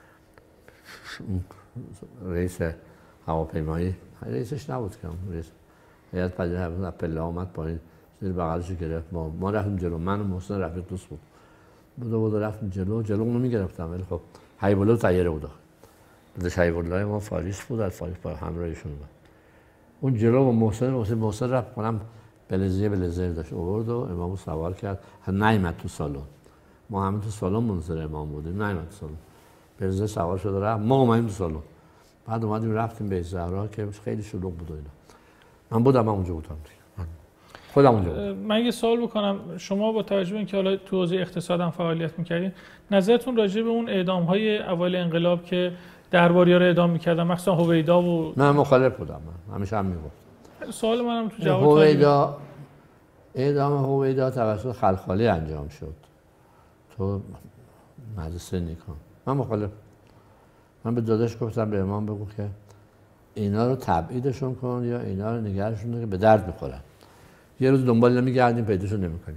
رئیس هواپیمایی رئیسش نبود که رئیس هیئت پذیر بود، پله اومد پایین زیر بغلش گرفت. ما ما رفتیم جلو، من و محسن رفیق دوست بود. بود بود رفتیم جلو، جلو اونو میگرفتم ولی خب حبیب الله طیاره بود. داداش حبیب الله ما فاریس بود، از فاریس با همراهشون بود. اون جلو با محسن محسن محسن رفت کنم بلزیه بلزیه داشت آورد و امامو سوار کرد. نیامد تو سالن. ما همه تو سالن منتظر امام بودیم، نیامد تو سالن. بلزیه سوار شد رفت، ما اومدیم تو سالن. بعد اومدیم رفتیم به زهرا که خیلی شلوغ بود اینا. من بودم من اونجا بودم. خودم اونجا بودم. من یه سوال بکنم، شما با توجه به اینکه حالا تو حوزه اقتصاد هم فعالیت می‌کردین، نظرتون راجع به اون اعدام‌های اوایل انقلاب که درباری‌ها رو اعدام می‌کردن، مخصوصا هویدا و من مخالف بودم. من همیشه هم میگفتم. سوال منم تو جواب هویدا اعدام هویدا توسط خلخالی انجام شد. تو مدرسه نیکان. من مخالف. من به داداش گفتم به امام بگو که اینا رو تبعیدشون کن یا اینا رو نگرشون که به درد میخورن. یه روز دنبال نمیگردیم پیداشون نمیکنیم.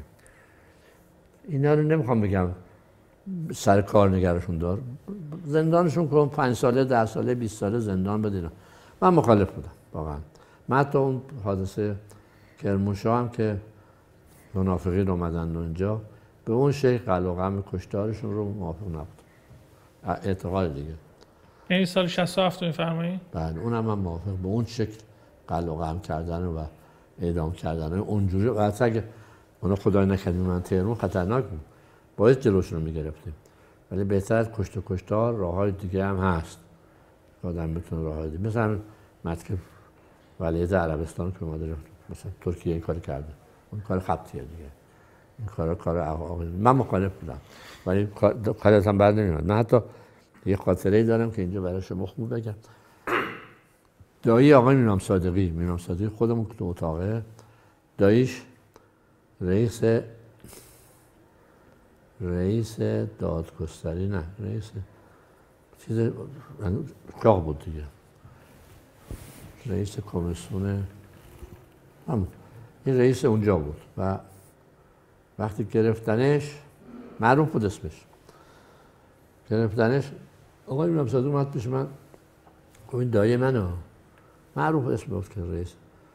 اینا رو نمیخوام بگم سر کار نگرشون دار. زندانشون کن پنج ساله، ده ساله، بیست ساله زندان بدین. من مخالف بودم واقعا. من حتی اون حادثه کرمانشاه هم که منافقین اومدن اونجا به اون شکل قلع و قم کشتارشون رو موافق نبود. اعتقاد دیگه. یعنی سال شصت و هفت میفرمایید؟ بله اونم من موافق به اون شکل قلع و قم کردن و اعدام کردن اونجوری. البته اگه اونا خدای نکرده من تهران خطرناک بود. باید جلوشون رو میگرفتیم. ولی بهتر از کشت و کشتار راههای دیگه هم هست. آدم بتونه راههای دیگه مثلا متکف ولیعهد عربستان که اومده مثلا ترکیه این کار کرده. اون کار خبطیه دیگه. این کارا کار عقاقی. من مخالف بودم. ولی کار ازم بر نمیاد. من حتی یه خاطره‌ای دارم که اینجا برای شما خوب بگم. دایی آقای مینام صادقی، مینام صادقی خودمون تو اتاقه، داییش رئیس رئیس دادگستری نه رئیس چیز چاق بود دیگه، رئیس کمیسیون هم این رئیس اونجا بود و وقتی گرفتنش معروف بود اسمش، گرفتنش آقای مینام صادقی اومد پیش من گفت این دایی منو، معروف اسم بود که رئیس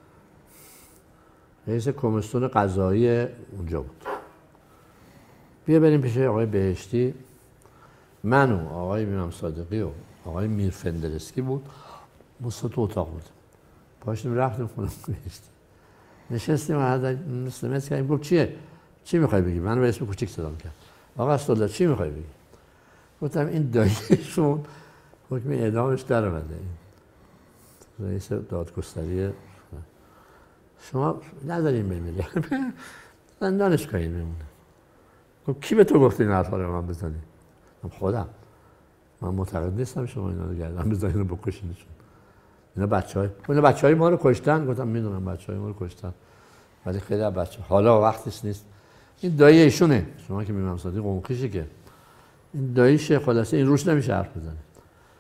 رئیس کمیسیون قضایی اونجا بود. بیا بریم پیش آقای بهشتی. من و آقای مینام صادقی و آقای میر فندرسکی بود، ما سه تا اتاق بود. پاشیم رفتیم خونه بهشتی. نشستیم و مثل مثل کردیم. گفت چیه؟ چی میخوای بگی؟ من به اسم کوچیک صدام کرد. آقا اسدالله چی میخوای بگی؟ گفتم این داییشون حکم اعدامش در اومده. رئیس دادگستری شما نداریم بمیری. زندانش کنیم میمونه. خب کی به تو گفته این حرفا رو من بزنی؟ من خودم. من معتقد نیستم شما اینا رو گردن بزنین و بکشینشون. اینا بچهای اینا بچهای ما رو کشتن. گفتم میدونم بچهای ما رو کشتن. ولی خیلی از بچه حالا وقتش نیست. این دایی ایشونه. شما که مینام صادقی قوم خویشی که این داییشه خلاصه این روش نمیشه حرف بزنه.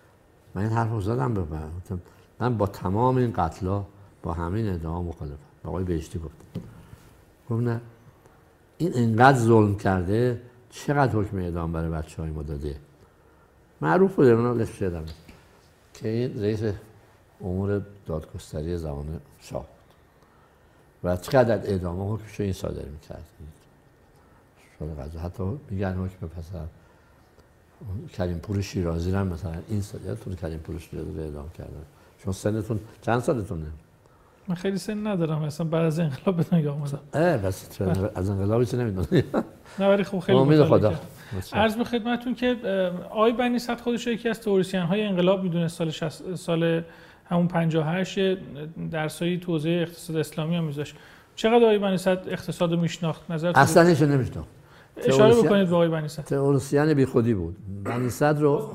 من این حرف رو زدم به من با تمام این قتلا با همین ادعا مخالفم. آقای بهشتی گفت گفت نه این اینقدر ظلم کرده چقدر حکم اعدام برای بچه‌های ما داده. معروف بوده اونا لفت شدن که این رئیس امور دادگستری زمان شاه و چقدر اعدام حکمش رو این صادر می‌کرد. شده قضا حتی میگن حکم پسر کریم پور شیرازی رو مثلا این سال یادتون کریم پور شیرازی رو اعدام کردن. شما سنتون چند سالتونه؟ من خیلی سن ندارم، مثلا بعد از انقلاب به دنیا اومدم. اه بس از انقلابی چه نمیدونی؟ نه ولی خب خیلی امید خدا. عرض به خدمتتون که آقای بنی صدر خودش یکی از تئوریسین های انقلاب میدونه. سال شصت سال همون پنجاه و هشت درسایی تو حوزه اقتصاد اسلامی هم میذاشت. چقدر آقای بنی صدر اقتصاد رو میشناخت؟ نظرتون اصلا هیچ نمیشناخت. اشاره بکنید به آقای بنی صدر. تئوریسین بی خودی بود. بنی صدر رو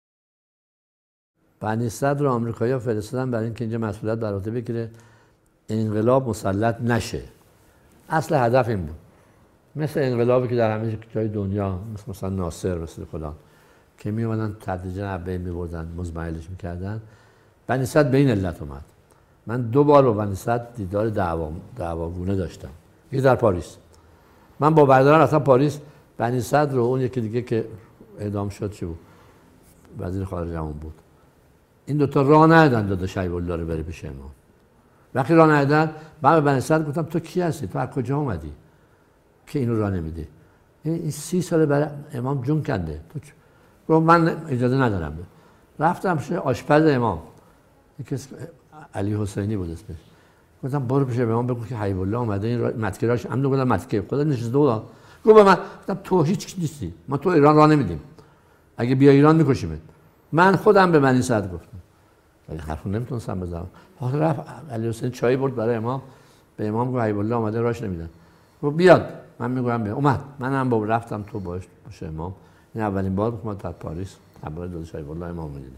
بنی صدر رو آمریکایی‌ها فرستادن برای اینکه اینجا مسئولیت بر عهده بگیره انقلاب مسلط نشه. اصل هدف این بود. مثل انقلابی که در همه جای دنیا مثل مثلا ناصر مثل فلان که می اومدن تدریجاً عبه می‌بردن مزمحلش می‌کردن. بنی صدر به این علت اومد. من دو بار با بنی صدر دیدار دعوا دعواگونه داشتم. یکی در پاریس. من با برادرم رفتم پاریس. بنی صدر رو اون یکی دیگه که اعدام شد چی بود؟ وزیر خارجه‌مون بود. این دو تا راه ندادن داده شیب الله رو بره پیش امام. وقتی راه ندادن من به بنی صدر گفتم تو کی هستی؟ تو از کجا اومدی که اینو راه نمیدی؟ این سی ساله برای امام جون کنده. تو گفت من اجازه ندارم. رفتم پیش آشپز امام. یکی علی حسینی بود اسمش. گفتم برو پیش امام بگو که حبیب الله اومده این متکی راش هم گفتم متکی خدا نشسته بود. گفت به من گفتم تو هیچ نیستی. ما تو ایران راه نمیدیم. اگه بیا ایران میکشیمت. من خودم به بنی صدر گفتم. ولی حرفو نمیتونستم بزنم. حالا رفت علی حسین چای برد برای امام. به امام گفت حبیب الله اومده راش نمیدن. گفت بیاد. من میگم بیاد. اومد. منم با رفتم تو باش باشه امام. این اولین بار بود ما در پاریس خبر دادش حبیب الله امام میدیدیم.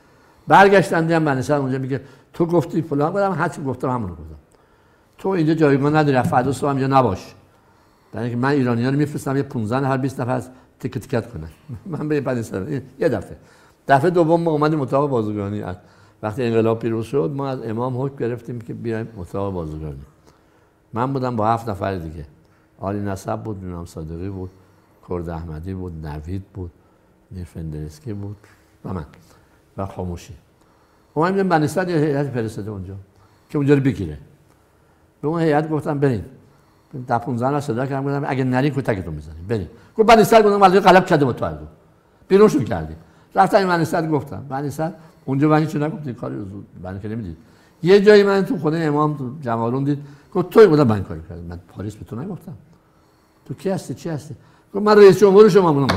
برگشتن دیدم بنی صدر اونجا میگه تو گفتی فلان گفتم حتی گفتم همون رو گفتم. تو اینجا جایگاه نداری فدا تو هم اینجا نباش. در اینکه من ایرانی‌ها رو میفرستم یه پانزده هر بیست نفر تیک تیکت کنن. من به بنی صدر یه دفعه دفعه دوم ما اومدیم اتاق بازرگانی. وقتی انقلاب پیروز شد ما از امام حکم گرفتیم که بیایم اتاق بازرگانی. من بودم با هفت نفر دیگه. علی نسب بود، امام صادقی بود، کرد احمدی بود، نوید بود، میر فندرسکی بود و من و خاموشی. اومدیم بنی صدر یه هیئت فرستاده اونجا که اونجا رو بگیره. به اون هیئت گفتم بریم. ده پانزده نفر صدا کردم گفتم اگه نری کتکتون میزنیم. بریم. گفت بنی صدر گفتم ولی غلط کرده تو رو. بیرونشون کردیم. رفتم بنی صدر گفتم. بنی صدر اونجا بنی چه نگفت این کاری رو بنی که نمیدید. یه جایی من تو خونه امام تو جمالون دید گفت توی بودم بنی کاری کرد. من پاریس به تو نگفتم. تو کی هستی چی هستی؟ گفت من رئیس جمهور شما مونم.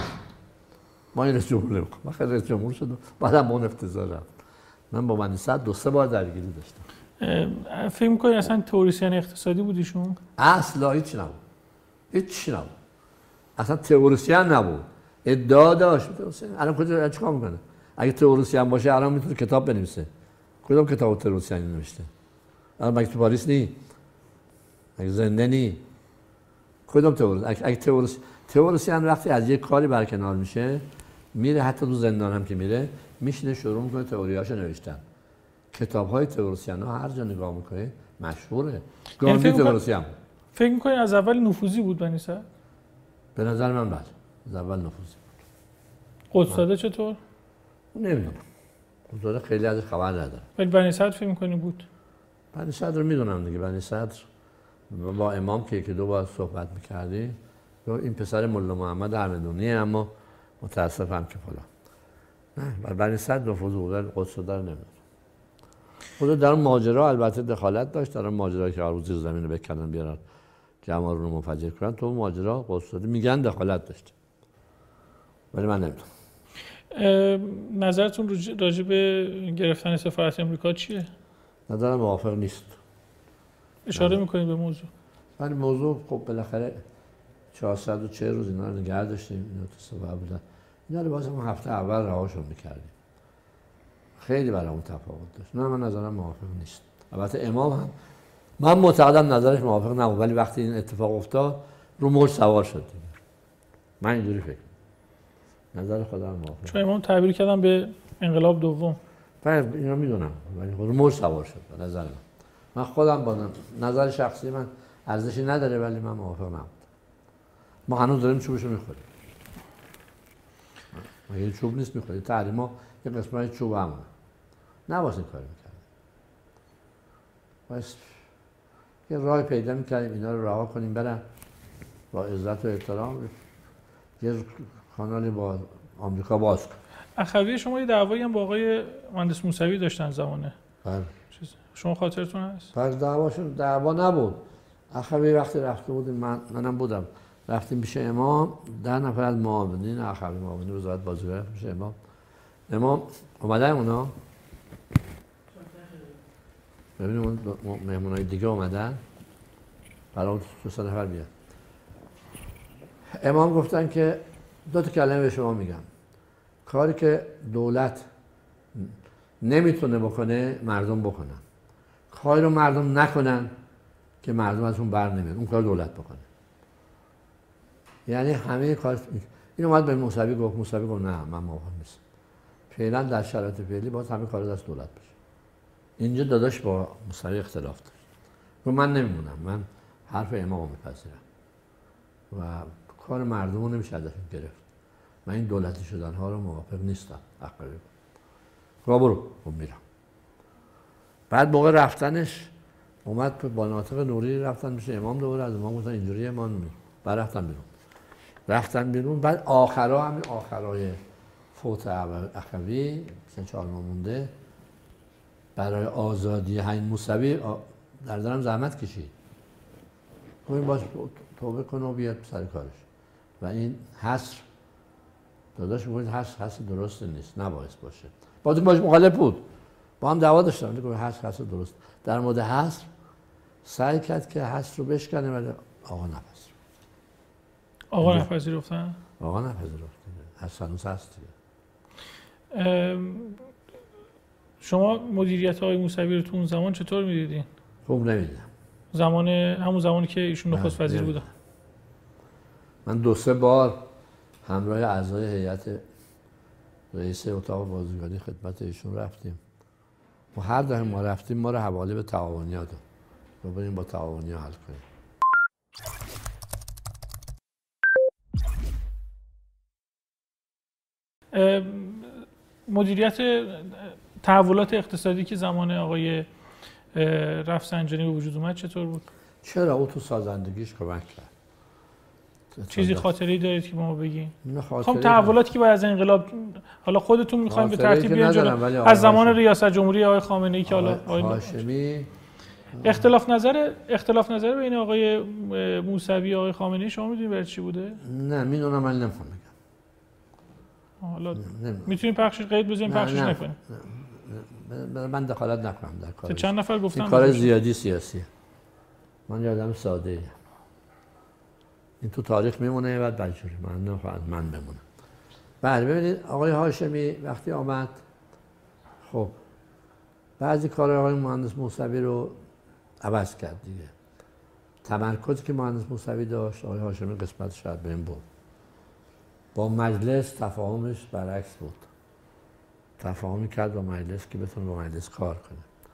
ما رئیس جمهور نمی‌خوام. وقتی رئیس جمهور شد بعدم با اون افتضاح رفت. من با بنی صدر دو سه بار درگیری داشتم. فکر می‌کنی اصلا تئوریسین اقتصادی بودیشون؟ اصلا هیچ نبود. هیچ نبود. اصلا تئوریسین نبود. ادعا داشت. الان کجا چیکار می‌کنه؟ اگه تئوریسین باشه الان میتونه کتاب بنویسه. کدوم کتاب تئوریسین نوشته؟ الان مگه تو پاریس نی؟ مگه زنده نی؟ کدوم تئوریسین؟ اگه تئوریسین تئوریسین وقتی از یک کاری برکنار میشه میره حتی تو زندان هم که میره میشینه شروع میکنه تئوریاشو نوشتن. کتاب‌های تئوریسین ها هر جا نگاه میکنه مشهوره. گاندی تئوریسین. فکر می‌کنی از اول نفوذی بود بنی صدر؟ به نظر من بله. از اول نفوذی بود. قدس‌زاده چطور؟ نمیدونم. قدس‌زاده خیلی ازش خبر ندارم. ولی بنی صدر فکر می‌کنی بود؟ بنی صدر رو میدونم دیگه. بنی صدر با امام که یکی دو بار صحبت می‌کردی این پسر ملا محمد ارمنونی اما متاسفم که فلان. نه بنی صدر نفوذ بود. قدس‌زاده رو نمیدونم. خود در اون ماجرا البته دخالت داشت. در اون ماجرایی که هر زیر زمین رو بکنن بیارن جمال رو منفجر کنن تو اون ماجرا قدس‌زاده میگن دخالت داشت. ولی من نمیدونم. نظرتون راجع به گرفتن سفارت امریکا چیه؟ نظرم موافق نیست. اشاره میکنید به موضوع. ولی موضوع خب بالاخره چهارصد و چهل روز اینا رو نگه داشتیم. اینا تو سفر بودن. اینا رو واسه ما هفته اول رهاشون میکردیم. خیلی برامون تفاوت داشت. نه من نظرم موافق نیست. البته امام هم من معتقدم نظرش موافق نبود ولی وقتی این اتفاق افتاد رو موج سوار شد دیگه. من اینجوری فکر نظر خودم موافق. چون امام تعبیر کردن به انقلاب دوم. بله اینا میدونم ولی خود موج سوار شد به نظر من. من خودم با نظر شخصی من ارزشی نداره ولی من موافق نبودم. ما هنوز داریم چوبشو میخوریم. مگه چوب نیست میخوریم؟ تحریما یه قسمت چوب همونه. نباید این کار میکردیم. بس یه راه پیدا میکردیم اینا رو رها کنیم برن با عزت و احترام یه کانالی با آمریکا باز کنیم. اخوی شما یه دعوایی هم با آقای مهندس موسوی داشتن زمانه. بله. شما خاطرتون هست؟ پس دعواشون دعوا نبود. اخوی وقتی رفته بودیم من منم بودم. رفتیم پیش امام، ده نفر از معاونین اخوی معاونین وزارت بازرگانی پیش امام. امام اومدن اونا ببینیم اون مهمونای دیگه اومدن برای دو سه نفر بیاد. امام گفتن که دو تا کلمه به شما میگم. کاری که دولت نمیتونه بکنه مردم بکنن. کاری رو مردم نکنن که مردم از اون بر نمیاد. اون کار دولت بکنه. یعنی همه کار این اومد به موسوی گفت موسوی گفت نه من موافق نیستم. فعلا در شرایط فعلی باید همه کار دست دولت بشه. اینجا داداش با موسوی اختلاف داشت. گفت من نمیمونم. من حرف امامو میپذیرم. و کار مردم رو نمیشه ازشون گرفت. من این دولتی شدن ها رو موافق نیستم. اخوی گفت برو. خب میرم. بعد موقع رفتنش اومد با ناطق نوری رفتن میشه امام دوباره از امام گفتن اینجوری امام میگه. بعد رفتن بیرون. رفتن بیرون بعد آخرا همین آخرای فوت اخوی سه چهار ماه مونده برای آزادی همین موسوی در درم زحمت کشید. خب این باش توبه کنه و بیاد سر کارش. و این حصر داداش میگه حصر حصر درست نیست نباید باشه. با اون باش مخالف بود. با هم دعوا داشتن میگه حصر حصر درست. در مورد حصر سعی کرد که حصر رو بشکنه ولی آقا نپذیرفت. آقا نپذیرفتن؟ آقا نپذیرفتن. حصر هنوز هست دیگه. شما مدیریت آقای موسوی رو تو اون زمان چطور می‌دیدین؟ خوب نمی‌دیدم. زمان همون زمانی که ایشون نخست وزیر بودن. من دو سه بار همراه اعضای هیئت رئیس اتاق بازرگانی خدمت ایشون رفتیم. و هر دفعه ما رفتیم ما رو حواله به تعاونی‌ها داد. رو بریم با تعاونی‌ها حل کنیم. مدیریت تحولات اقتصادی که زمان آقای رفسنجانی به وجود اومد چطور بود؟ چرا او تو سازندگیش کمک کرد. چیزی خاطره‌ای دارید که ما بگین؟ خب تحولاتی که بعد از انقلاب حالا خودتون می‌خواید به ترتیب بیان جلو از زمان ریاست جمهوری آقای خامنه‌ای که حالا آقای هاشمی اختلاف نظر اختلاف نظر بین آقای موسوی و آقای خامنه‌ای شما می‌دونید برای چی بوده؟ نه میدونم ولی نمی‌خوام بگم. حالا میتونیم پخشش قید بزنیم پخشش نکنیم. من دخالت نکنم در کار. چند نفر گفتن کار زیادی سیاسیه. من یه آدم ساده ایم. این تو تاریخ میمونه بعد بجوری من نخواهد من بمونم. بله ببینید آقای هاشمی وقتی آمد خب بعضی کار آقای مهندس موسوی رو عوض کرد دیگه. تمرکزی که مهندس موسوی داشت آقای هاشمی قسمت شاید به این بود. با مجلس تفاهمش برعکس بود. تفاهمی کرد با مجلس که بتونه با مجلس کار کنه.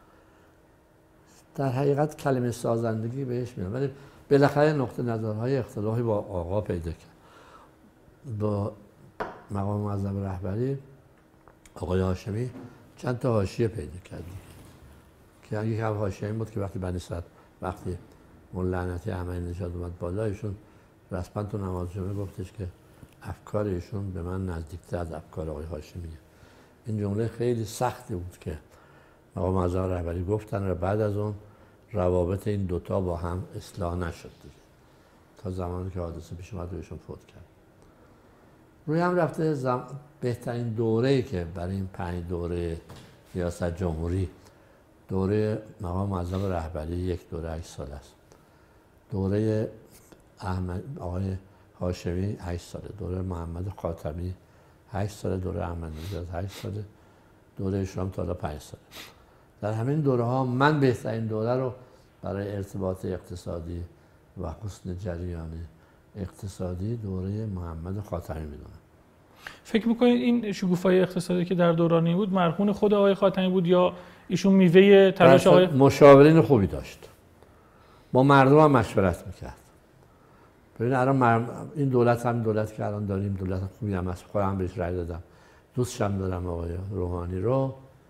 در حقیقت کلمه سازندگی بهش میاد ولی بالاخره نقطه نظرهای اختلافی با آقا پیدا کرد. با مقام معظم رهبری آقای هاشمی چند تا حاشیه پیدا کرد که یکی از حاشیه این بود که وقتی بنی صدر وقتی اون لعنتی احمدی نژاد اومد بالا ایشون رسما تو نماز جمعه گفتش که افکار ایشون به من نزدیکتر از افکار آقای هاشمیه. این جمله خیلی سختی بود که مقام معظم رهبری گفتن و بعد از اون روابط این دوتا با هم اصلاح نشد دیگه. تا زمانی که حادثه پیش اومد و ایشون فوت کرد. روی هم رفته زم... بهترین دوره‌ای که برای این پنج دوره ریاست جمهوری دوره مقام معظم رهبری یک دوره هشت سال است. دوره احمد آقای هاشمی هشت ساله، دوره محمد خاتمی هشت ساله، دوره احمد نژاد هشت ساله، دوره شام تا پنج ساله. در همین دوره ها من بهترین دوره رو برای ارتباط اقتصادی و حسن جریان اقتصادی دوره محمد خاتمی میدونم. فکر میکنید این شکوفایی اقتصادی که در دورانی بود مرهون خود آقای خاتمی بود یا ایشون میوه تلاش آقای مشاورین خوبی داشت، با مردم هم مشورت میکرد. ببین الان این دولت هم دولت که الان داریم دولت خوبی هم هست، خودم بهش رأی دادم، دوستش هم دارم آقای روحانی رو،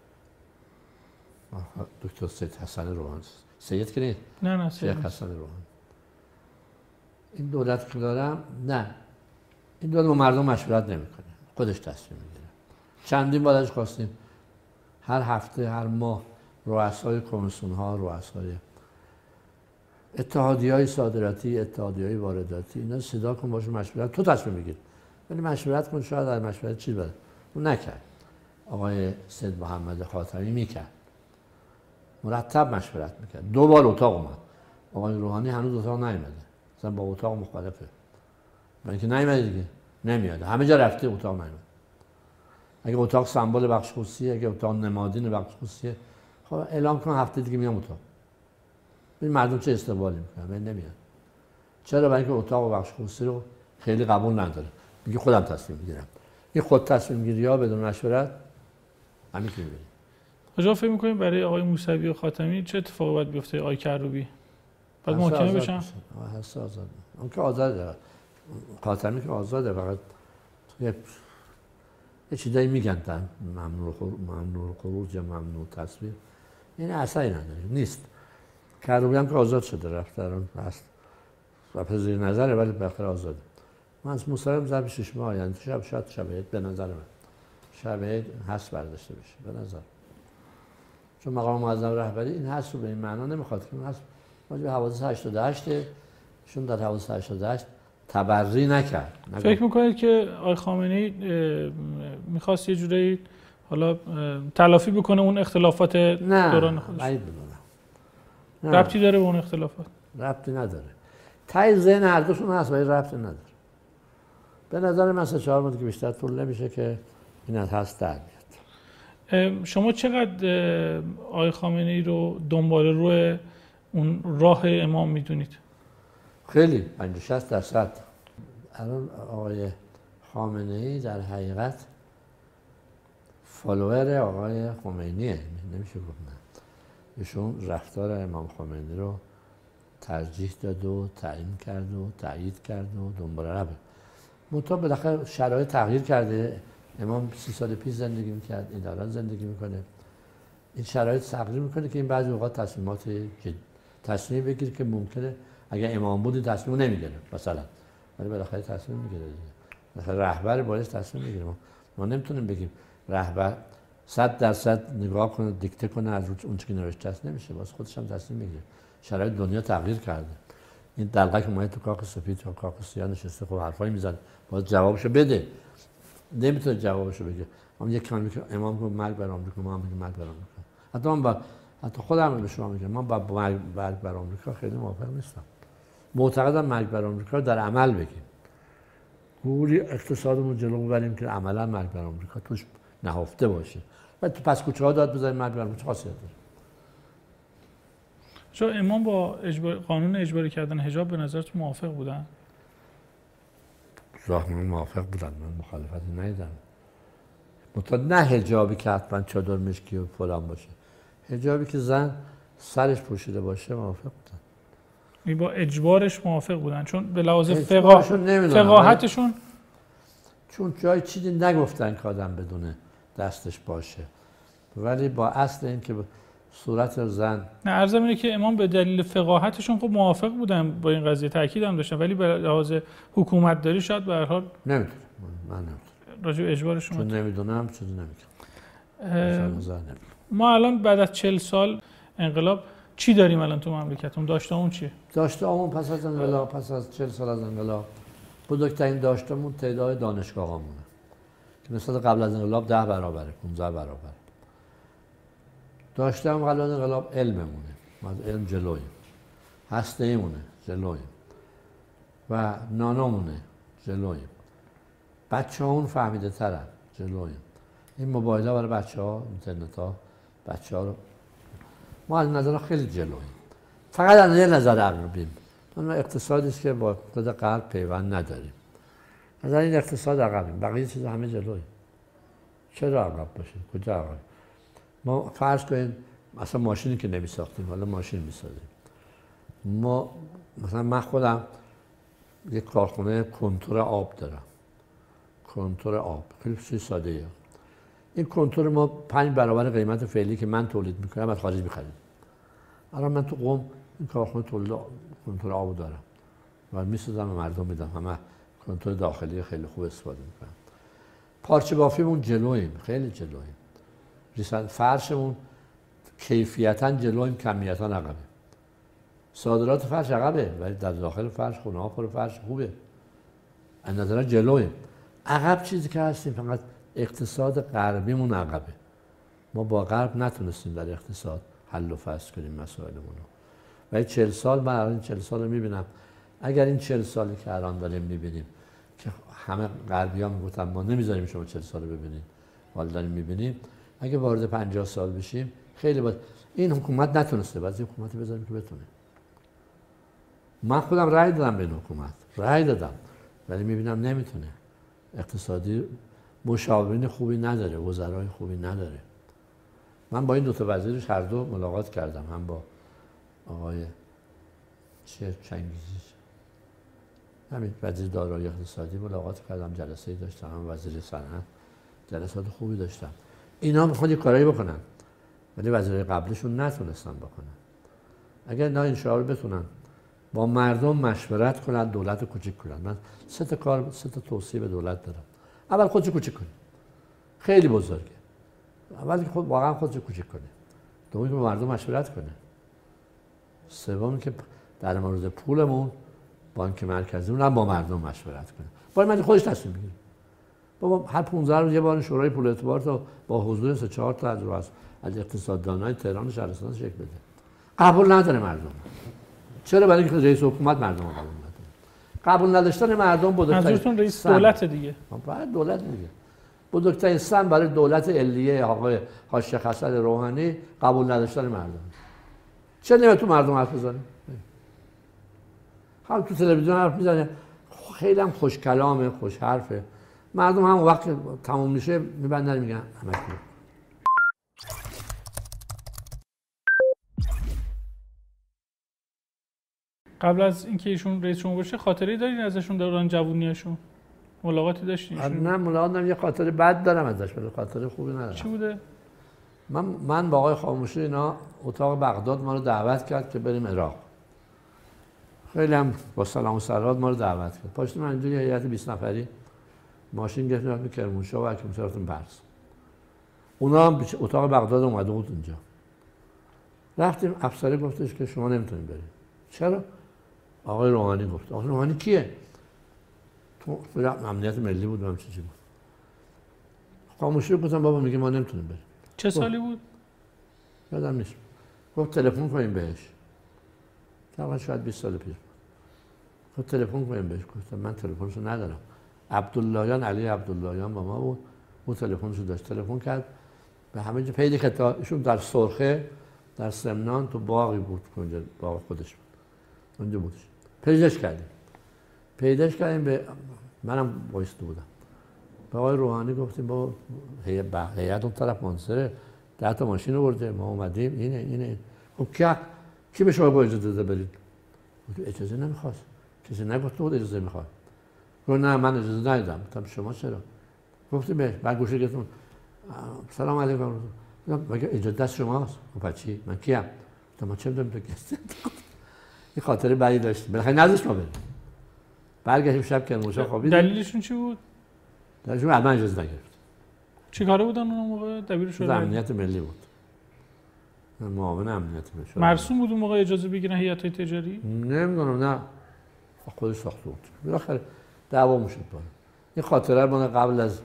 دکتر سید حسن روحانی، سید که نیست؟ نه نه سید حسن روحانی. این دولت که دارم نه، این دولت با مردم مشورت نمیکنه، خودش تصمیم میگیره. چندین بار ازش خواستیم هر هفته هر ماه رؤسای کمیسیون ها، رؤسای اتحادیه‌های صادراتی، اتحادیه‌های وارداتی، اینا صدا کن باشه مشورت، تو تصمیم بگیر. ولی مشورت کن، شاید در مشورت چی بره. اون نکرد. آقای سید محمد خاتمی میکرد. مرتب مشورت میکرد. دو بار اتاق اومد. آقای روحانی هنوز اتاق نیومده. مثلا با اتاق مخالفه. من اینکه نیومده دیگه. نمیاد. همه جا رفته اتاق نیومد. اگه اتاق سمبل بخش خصوصی، اگه اتاق نمادین بخش خصوصی، خب اعلام کن هفته دیگه میام اتاق. این مردم چه استقبالی میکنن؟ من نمیاد. چرا؟ برای اینکه اتاق و بخش خصوصی رو خیلی قبول نداره. میگه خودم تصمیم میگیرم. این خود تصمیم گیری ها بدون مشورت همین که میبینیم. آقا فکر می‌کنید برای آقای موسوی و خاتمی چه اتفاقی باید بیفته؟ آقای کروبی بعد محاکمه بشن؟ هست آزاد. اون که آزاده. خاتمی که آزاده، فقط یه یه چیزایی میگن تا ممنوع خروج، ممنوع خروج یا ممنوع تصویر. این اصلا نداره. نیست. کروبی هم که آزاد شده، رفت در اون هست. و پذیر نظره ولی بالاخره آزاده. من از موسوی ضرب شش ماه آینده شب شاید شبهیت به نظر من شبهیت هست برداشته بشه به نظر، چون مقام معظم رهبری این هست رو به این معنا نمیخواد که اون هست راجع حوادث هشتاد و هشت شون در حوادث هشتاد و هشت تبری نکرد. فکر میکنید که آقای خامنه‌ای میخواست یه جوری حالا تلافی بکنه اون اختلافات دوران خودش؟ نه نه ربطی داره به اون اختلافات؟ ربطی نداره. تای ذهن هر دوشون هست ولی ربطی نداره. به نظر من سه چهار ماه که بیشتر طول نمیشه که این از هست در بیاد. شما چقدر آقای خامنه‌ای رو دنبال روی اون راه امام میدونید؟ خیلی، پنجاه شصت درصد. الان آقای خامنه‌ای در حقیقت فالوور آقای خمینیه، نمیشه گفت نه. ایشون رفتار امام خمینی رو ترجیح داد و تعیین کرد و تایید کرد و دنبال رفت. منتها بالاخره شرایط تغییر کرده. امام سی سال پیش زندگی میکرد، این الان زندگی میکنه. این شرایط تغییر میکنه که این بعضی اوقات تصمیمات تصمیم بگیره که ممکنه اگر امام بود تصمیم نمیگیره مثلا، ولی بالاخره تصمیم میگیره دیگه. مثلا رهبر باید تصمیم میگیره. ما, ما نمیتونیم بگیم رهبر صد درصد نگاه کنه دیکته کنه از اون چیزی که نوشته است، نمیشه. واسه خودش هم تصمیم میگیره. شرایط دنیا تغییر کرده. این دلقه که اومد تو کاخ سفید و کاخ سیاه نشسته خب حرفایی میزنه، باید جوابشو بده. نمیتونه جوابشو بگه. اما یک کلمه که امام گفت مرگ بر آمریکا، ما هم میگیم مرگ بر آمریکا. حتی من با حتی خودم به شما میگم من با مرگ بر آمریکا خیلی موافق نیستم. معتقدم مرگ بر آمریکا در عمل بگیم. گوری اقتصادمون جلو ببریم که عملا مرگ بر آمریکا توش نهفته باشه. بعد تو پس کوچه‌ها داد بزنیم مرگ بر آمریکا خاصیت داره. چون امام با اجبار قانون اجباری کردن حجاب به نظرتون موافق بودن؟ ظاهراً موافق بودن، من مخالفتی ندیدم. مطلق نه حجابی که حتما چادر مشکی و فلان باشه، حجابی که زن سرش پوشیده باشه موافق بودن. این با اجبارش موافق بودن چون به لحاظ فقاه فقاهتشون، چون جای چیزی نگفتن که آدم بدون دستش باشه، ولی با اصل این که صورت زن نه عرضم اینه که امام به دلیل فقاهتشون خب موافق بودن با این قضیه، تاکید هم داشتن، ولی به لحاظ حکومت داری شاید به هر حال نمیدونم. من نمیدونم راجع به اجبارشون چون نمیدونم چیزی نمیگم. ما الان بعد از چهل سال انقلاب چی داریم الان تو مملکتمون؟ داشتمون چیه؟ داشتمون پس از انقلاب، پس از چهل سال از انقلاب بزرگترین داشتمون تعداد دانشگاهامونه که مثلا قبل از انقلاب ده برابره، پانزده برابره. داشتم قبل از انقلاب علممونه، ما از علم جلوییم. هسته ایمونه جلوییم و نانومونه جلوییم. بچه ها اون فهمیده ترن جلوییم. این موبایل ها برای بچه ها، اینترنت ها بچه ها رو ما از نظر خیلی جلوییم. فقط از یه نظر عقبیم. ما اقتصادیست که با اقتصاد غرب پیوند نداریم. از این اقتصاد عقبیم، بقیه چیزا همه جلوی. چرا عقب باشیم؟ کجا عقب؟ ما فرض کنیم مثلا ماشینی که نمی‌ساختیم، حالا ماشین می‌سازیم. ما مثلا من خودم یک کارخونه کنتور آب دارم. کنتور آب خیلی چیز ساده‌ایه. این کنتور ما پنج برابر قیمت فعلی که من تولید می‌کنم از خارج می‌خریم. الان من تو قم این کارخونه تولید کنتور آب دارم و می‌سازم و مردم میدم. همه کنتور داخلی خیلی خوب استفاده می‌کنن. پارچه بافیمون جلوییم، خیلی جلوییم. ریسان فرشمون کیفیتاً جلوییم، کمیتاً عقبه. صادرات فرش عقبه ولی در داخل فرش خونه‌ها پر فرش خوبه. از نظر جلوییم. عقب چیزی که هستیم فقط اقتصاد غربیمون عقبه. ما با غرب نتونستیم در اقتصاد حل و فصل کنیم مسائلمون رو. ولی چهل سال من الان چهل سال رو می‌بینم. اگر این چهل سالی که الان داریم می‌بینیم که همه غربی‌ها میگفتن ما نمیذاریم شما چهل سال رو ببینید. حالا داریم می‌بینیم. اگه وارد پنجاه سال بشیم خیلی باید این حکومت نتونسته بعضی حکومتی بذاریم که بتونه. من خودم رأی دادم به این حکومت. رأی دادم. ولی می‌بینم نمیتونه. اقتصادی مشاورین خوبی نداره، وزرای خوبی نداره. من با این دو تا وزیرش هر دو ملاقات کردم، هم با آقای چه چنگیزی همین وزیر دارایی اقتصادی ملاقات کردم، جلسه‌ای داشتم، هم وزیر صنعت جلسات خوبی داشتم. اینا میخوان یه کارایی بکنن ولی وزیرای قبلشون نتونستن بکنن. اگر نه انشاءالله بتونن با مردم مشورت کنن، دولت رو کوچیک کنن. من سه تا کار سه تا توصیه به دولت دارم. اول خودشو کوچیک کنه. خیلی بزرگه. اول که خود واقعا خودشو کوچیک کنه. دومی که با مردم مشورت کنه. سومی که در مورد پولمون بانک مرکزی اونم با مردم مشورت کنه. باید من خودش تصمیم بگیره. بابا هر پانزده روز یه بار شورای پول اعتبار تا با حضور سه چهار تا از رؤسا از اقتصاددانای تهران و شهرستان شکل بده. قبول نداره مردم. چرا؟ برای اینکه رئیس حکومت مردم قبول نداره. قبول نداشتن مردم بزرگترین منظورتون رئیس دولت دیگه. بعد دولت دیگه. بزرگترین سم برای دولت علیه آقای حاج حسن روحانی قبول نداشتن مردم. چرا نمیاد تو مردم حرف بزنه؟ هم تو تلویزیون حرف میزنه، خیلی هم خوش کلامه، خوش حرفه. مردم هم وقت تموم میشه میبندن میگن همه قبل از اینکه ایشون رئیس جمهور بشه خاطره‌ای دارین ازشون دوران جوونیاشون؟ ملاقاتی داشتین؟ نه ملاقات نمی‌کنم، یه خاطره بد دارم ازش ولی خاطره خوبی ندارم. چی بوده؟ من من با آقای خاموشی اینا اتاق بغداد ما رو دعوت کرد که بریم عراق. خیلی هم با سلام و صلوات ما رو دعوت کرد. پاشتیم اینجوری یه هیئت بیست نفری ماشین گرفتیم رفتیم کرمانشاه و حکیم رفتیم پرس. اونا هم اتاق بغداد اومده بود اونجا. رفتیم افسر گفتش که شما نمیتونید برید. چرا؟ آقای روحانی گفت. آقای روحانی کیه؟ تو امنیت ملی بود و هم چیزی بود. خاموشی رو گفتم بابا میگه ما نمیتونیم بریم. چه سالی بود؟ یادم نیست. گفت تلفن کنیم بهش. تقریبا شاید بیست سال پیش بود. گفت تلفن کنیم بهش. گفتم من تلفنشو ندارم. عبداللهیان علی عبداللهیان با ما بود. اون تلفنشو داشت. تلفن کرد به همه جا پیدا کرد. ایشون در سرخه در سمنان تو باغی بود که اونجا باغ خودش بود. اونجا بودش. پیداش کردیم. پیداش کردیم به منم وایساده بودم. به آقای روحانی گفتیم با هیئت اون طرف منصره ده تا ماشین آورده ما اومدیم اینه اینه. خب کی کی به شما اجازه داده برید؟ اجازه نمیخواست. کسی نگفت تو اجازه میخواد. گفت نه من اجازه ندادم. گفتم شما چرا؟ گفتیم بهش بعد گوشه گفتم سلام علیکم. مگه اجازه دست شماست؟ گفت چی؟ من کیم؟ گفتم ما چه میدونم تو کسی؟ این خاطره بعدی داشتیم. بالاخره نذاشت ما بریم. برگشتیم شب کرمانشاه خوابیدیم. دلیلشون چی بود؟ دلیلشون من اجازه نگرفت. چی کاره بودن اون موقع؟ دبیر شورای امنیت ملی بود. معاون امنیت ملی. مرسوم بود اون موقع اجازه بگیرن هیئت‌های تجاری؟ نمیدونم نه. خودش ساخته بود. بالاخره دعوا شد بالا. این خاطره رو من قبل از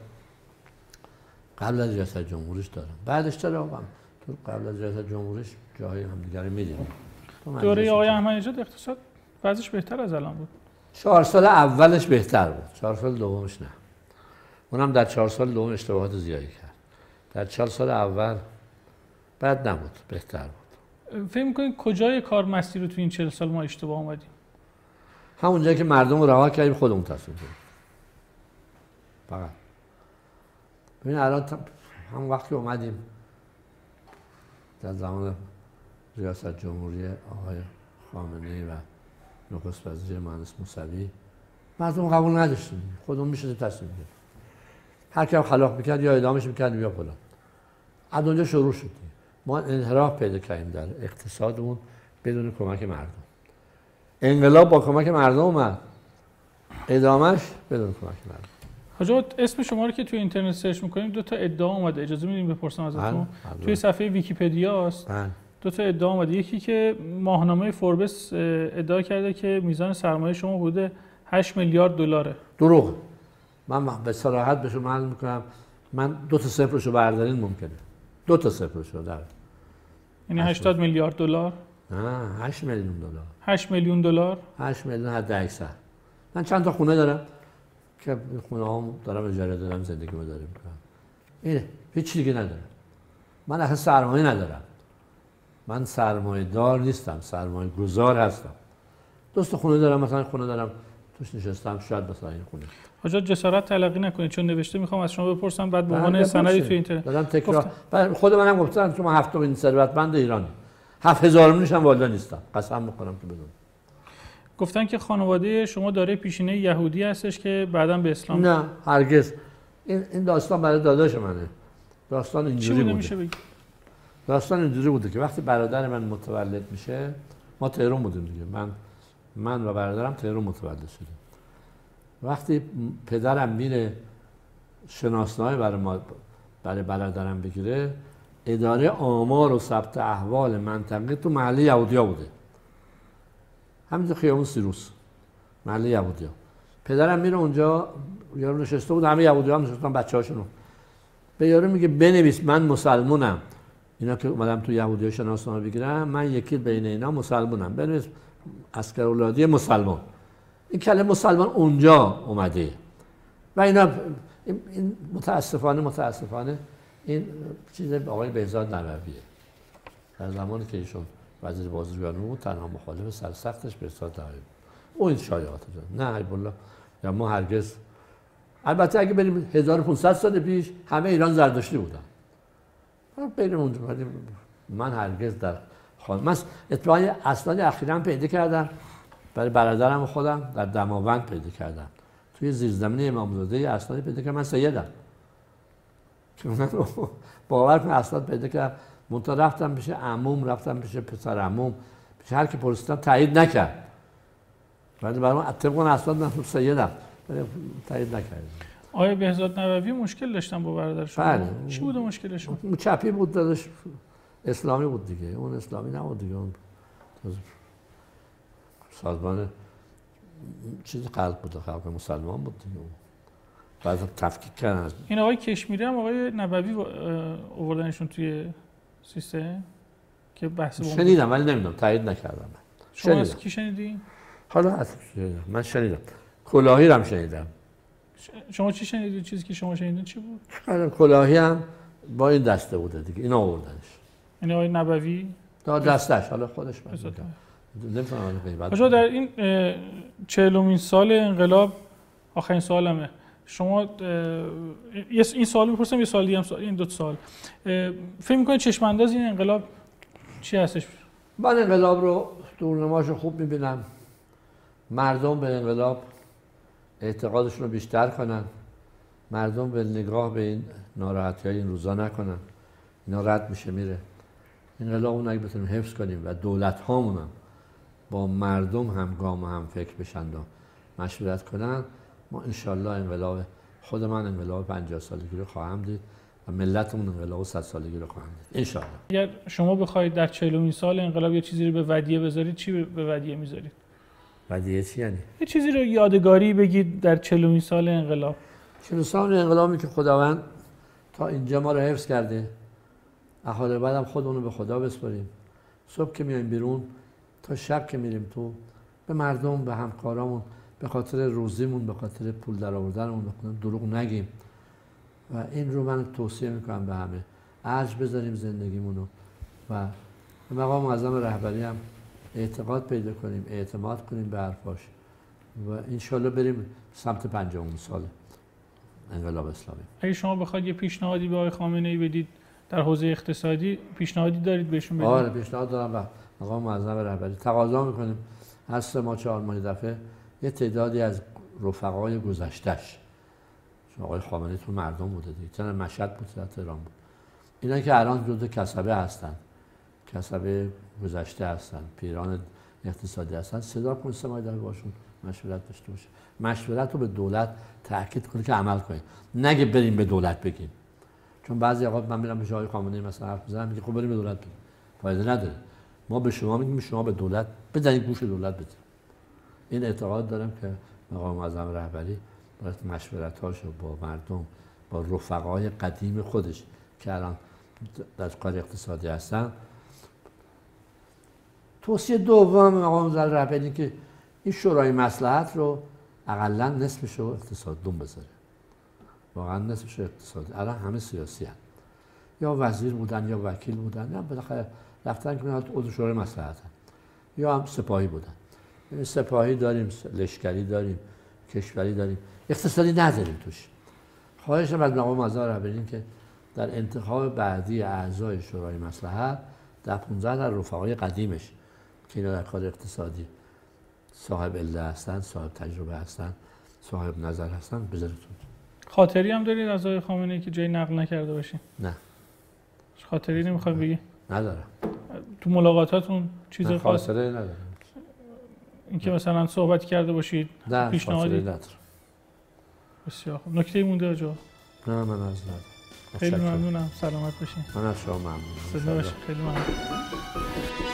قبل از ریاست جمهوریش دارم. بعدش چرا واقعا تو قبل از ریاست جمهوریش جای هم دیگه رو می‌دیدیم. دوره آقای احمدی نژاد اقتصاد وضعش بهتر از الان بود. چهار سال اولش بهتر بود. چهار سال دومش نه. اونم در چهار سال دوم اشتباهات زیادی کرد. در چهار سال اول بد نبود، بهتر بود. فکر می‌کنید کجای کار مستی رو تو این چهل سال ما اشتباه اومدیم؟ همون جایی که مردم رو رها کردیم خودمون تصمیم گرفتیم. فقط. ببین الان هم وقتی که اومدیم در زمان ریاست جمهوری آقای خامنه‌ای و نخست وزیر مهندس موسوی مردم قبول نداشتیم، خودمون میشه تصمیم گرفت، هر کی خلاف میکرد یا اعدامش میکرد یا فلان. از اونجا شروع شد ما انحراف پیدا کردیم در اقتصادمون بدون کمک مردم. انقلاب با کمک مردم اومد، ادامهش بدون کمک مردم. حاجی اسم شما رو که توی اینترنت سرچ میکنیم دو تا ادعا اومده، اجازه میدیم بپرسم ازتون؟ توی صفحه ویکی‌پدیا است دو تا ادعا اومده. یکی که ماهنامه فوربس ادعا کرده که میزان سرمایه شما حدود هشت میلیارد دلاره. دروغ. من به صراحت به شما عرض میکنم من دو تا صفرشو بردارین ممکنه. دو تا صفرشو در. یعنی هشتاد میلیارد دلار؟ نه، هشت میلیون دلار. هشت میلیون دلار؟ هشت میلیون حد اکثر. من چند تا خونه دارم که خونه هام دارم اجاره دارم زندگی رو دارم میکنم. اینه، هیچ چیزی ندارم. من اصلا سرمایه ندارم. من سرمایه دار نیستم، سرمایه گذار هستم. دوست خونه دارم، مثلا خونه دارم توش نشستم، شاید مثلا این خونه. حاجت جسارت تلقی نکنید چون نوشته میخوام از شما بپرسم بعد به عنوان سندی توی اینترنت دادم تکرار. خود منم گفتم که من هفتمین ثروتمند ایرانی. هفت هزار میشم والا نیستم. قسم میکنم که بدون. گفتن که خانواده شما داره پیشینه یهودی هستش که بعداً به اسلام. نه هرگز. این این داستان برای داداش منه. داستان اینجوری بوده. بوده. میشه بگی؟ داستان اینجوری بوده که وقتی برادر من متولد میشه، ما تهران بودیم دیگه. من من و برادرم تهران متولد شدیم. وقتی پدرم میره شناسنامه برای ما برای برادرم بگیره، اداره آمار و ثبت احوال منطقه تو محله یهودیا بوده. همینجا خیابون سیروس، محله یهودیا. پدرم میره اونجا، یارو نشسته بود، همه یهودیا هم نشستن بچه‌هاشونو. به یارو میگه بنویس من مسلمونم. اینا که اومدم تو یهودیا شناسنامه بگیرم، من یکی بین اینا مسلمونم. بنویس عسکرالعادی مسلمان. این کلمه مسلمان اونجا اومده. و اینا این متاسفانه متاسفانه این چیز آقای بهزاد نوویه. در زمانی که ایشون وزیر بازرگانی بود تنها مخالف سرسختش بهزاد نووی بود. اون شایعات داد. نه حیب الله یا ما هرگز. البته اگه بریم هزار و پانصد سال پیش همه ایران زردشتی بودن. بریم اونجا. من هرگز در خانم من اتفاقی اسناد اخیراً پیدا کردم برای برادرم خودم در دماوند پیدا کردم. توی زیرزمینی امامزاده اسناد پیدا کردم. من سیدم. که من باور کنم اسناد پیدا کردم. منتها رفتم پیش عموم، رفتم پیش پسر عموم، پیش هر کی پرسیدم تایید نکرد. ولی برام طبق اون اسناد من سیدم. ولی تایید نکرد. آقای بهزاد نووی مشکل داشتن با برادرشون. بله. چی بوده مشکلشون؟ چپی بود داداش. اسلامی بود دیگه. اون اسلامی نبود دیگه. اون سازمان چیز خلق بود، خلق مسلمان بود دیگه. بعضی تفکیک کردن. این آقای کشمیری هم آقای نووی آوردنشون توی سیستم که بحث شنیدم ولی نمیدونم تایید نکردم. شما از کی شنیدین؟ حالا از شنیدم. من شنیدم. کلاهی رو هم شنیدم. شما چی شنیدید؟ چیزی که شما شنیدین چی بود؟ کلاهی هم با این دسته بوده دیگه. اینا آوردنش. یعنی آقای نووی تا دستش حالا خودش من نمی‌فهمم. باشه در این چهلمین سال انقلاب آخرین سالمه. شما این سوال بپرسم یه سال دیگه هم سوال این دو سال فکر می‌کنید چشم انداز این انقلاب چی هستش؟ من انقلاب رو دورنماشو خوب می‌بینم. مردم به انقلاب اعتقادشون رو بیشتر کنن. مردم به نگاه به این ناراحتی‌های این روزا نکنن. اینا رد میشه میره. انقلاب اون اگه بتونیم حفظ کنیم و دولت هامون هم با مردم هم گام هم فکر بشن و مشورت کنن، ما انشالله انقلاب خود من انقلاب پنجاه سالگی رو خواهم دید و ملتمون انقلاب صد سالگی رو خواهم دید انشالله. اگر شما بخواید در چهلمین سال انقلاب یه چیزی رو به ودیعه بذارید چی به ودیعه میذارید؟ ودیعه چی یعنی؟ یه چیزی رو یادگاری بگید در چهلمین سال انقلاب. چهلمین سال انقلابی که خداوند تا اینجا ما رو حفظ کرده. احوال بعدم خودمون رو به خدا بسپاریم. صبح که میایم بیرون تا شب که میریم تو به مردم به همکارامون به خاطر روزیمون به خاطر پول در آوردنمون بکنیم دروغ نگیم و این رو من توصیه میکنم به همه. ارج بذاریم زندگیمون رو و به مقام معظم رهبری هم اعتقاد پیدا کنیم، اعتماد کنیم به حرفاش و انشالله بریم سمت پنجمین سال انقلاب اسلامی. اگه شما بخواید یه پیشنهادی به آقای خامنه‌ای بدید در حوزه اقتصادی، پیشنهادی دارید بهشون بدید؟ آره پیشنهاد دارم و مقام معظم رهبری تقاضا میکنیم هر سه ماه چهار ماه دفعه یه تعدادی از رفقای گذشته‌اش، چون آقای خامنه‌ای تو مردم بوده دیگه، چون مشهد بود تا تهران بود، اینا که الان جزء کسبه هستن، کسبه گذشته هستن، پیران اقتصادی هستن، صدا کن سه ماه دفعه باشون مشورت داشته باشه. مشورت رو به دولت تاکید کنه که عمل کنه، نگه بریم به دولت بگیم. چون بعضی اوقات من میرم به آقای خامنه‌ای مثلا حرف میزنم میگه خب بریم به دولت بگیم، فایده نداره. ما به شما میگیم شما به دولت بزنید، گوش دولت بدید. این اعتقاد دارم که مقام معظم رهبری باید مشورتاشو با مردم، با رفقای قدیم خودش که الان در کار اقتصادی هستن. توصیه دوم مقام معظم رهبری که این شورای مصلحت رو اقلا نصفش رو اقتصاددون بذاره. واقعا نصفش رو اقتصادی. الان همه سیاسی هستن، یا وزیر بودن یا وکیل بودن یا بالاخره رفتن که عضو شورای مصلحت هستن، یا هم سپاهی بودن. سپاهی داریم، لشکری داریم، کشوری داریم، اقتصادی نداریم توش. خواهشم از مقام معظم رهبری که در انتخاب بعدی اعضای شورای مصلحت در پانزده در رفقای قدیمش که اینا در کار اقتصادی صاحب علم هستن، صاحب تجربه هستن، صاحب نظر هستن بذارتون. خاطری هم دارید از آقای خامنه‌ای که جایی نقل نکرده باشین؟ نه. خاطری نمیخوای بگی؟ ندارم. تو ملاقاتاتون چیز خاص؟ خاطره ندارم. اینکه مثلا صحبت کرده باشید؟ نه پیشنهادی ندارم. بسیار خوب. نکته مونده آجا؟ نه من از ندارم. خیلی ممنونم. سلامت باشین. من از شما ممنونم. خیلی ممنون.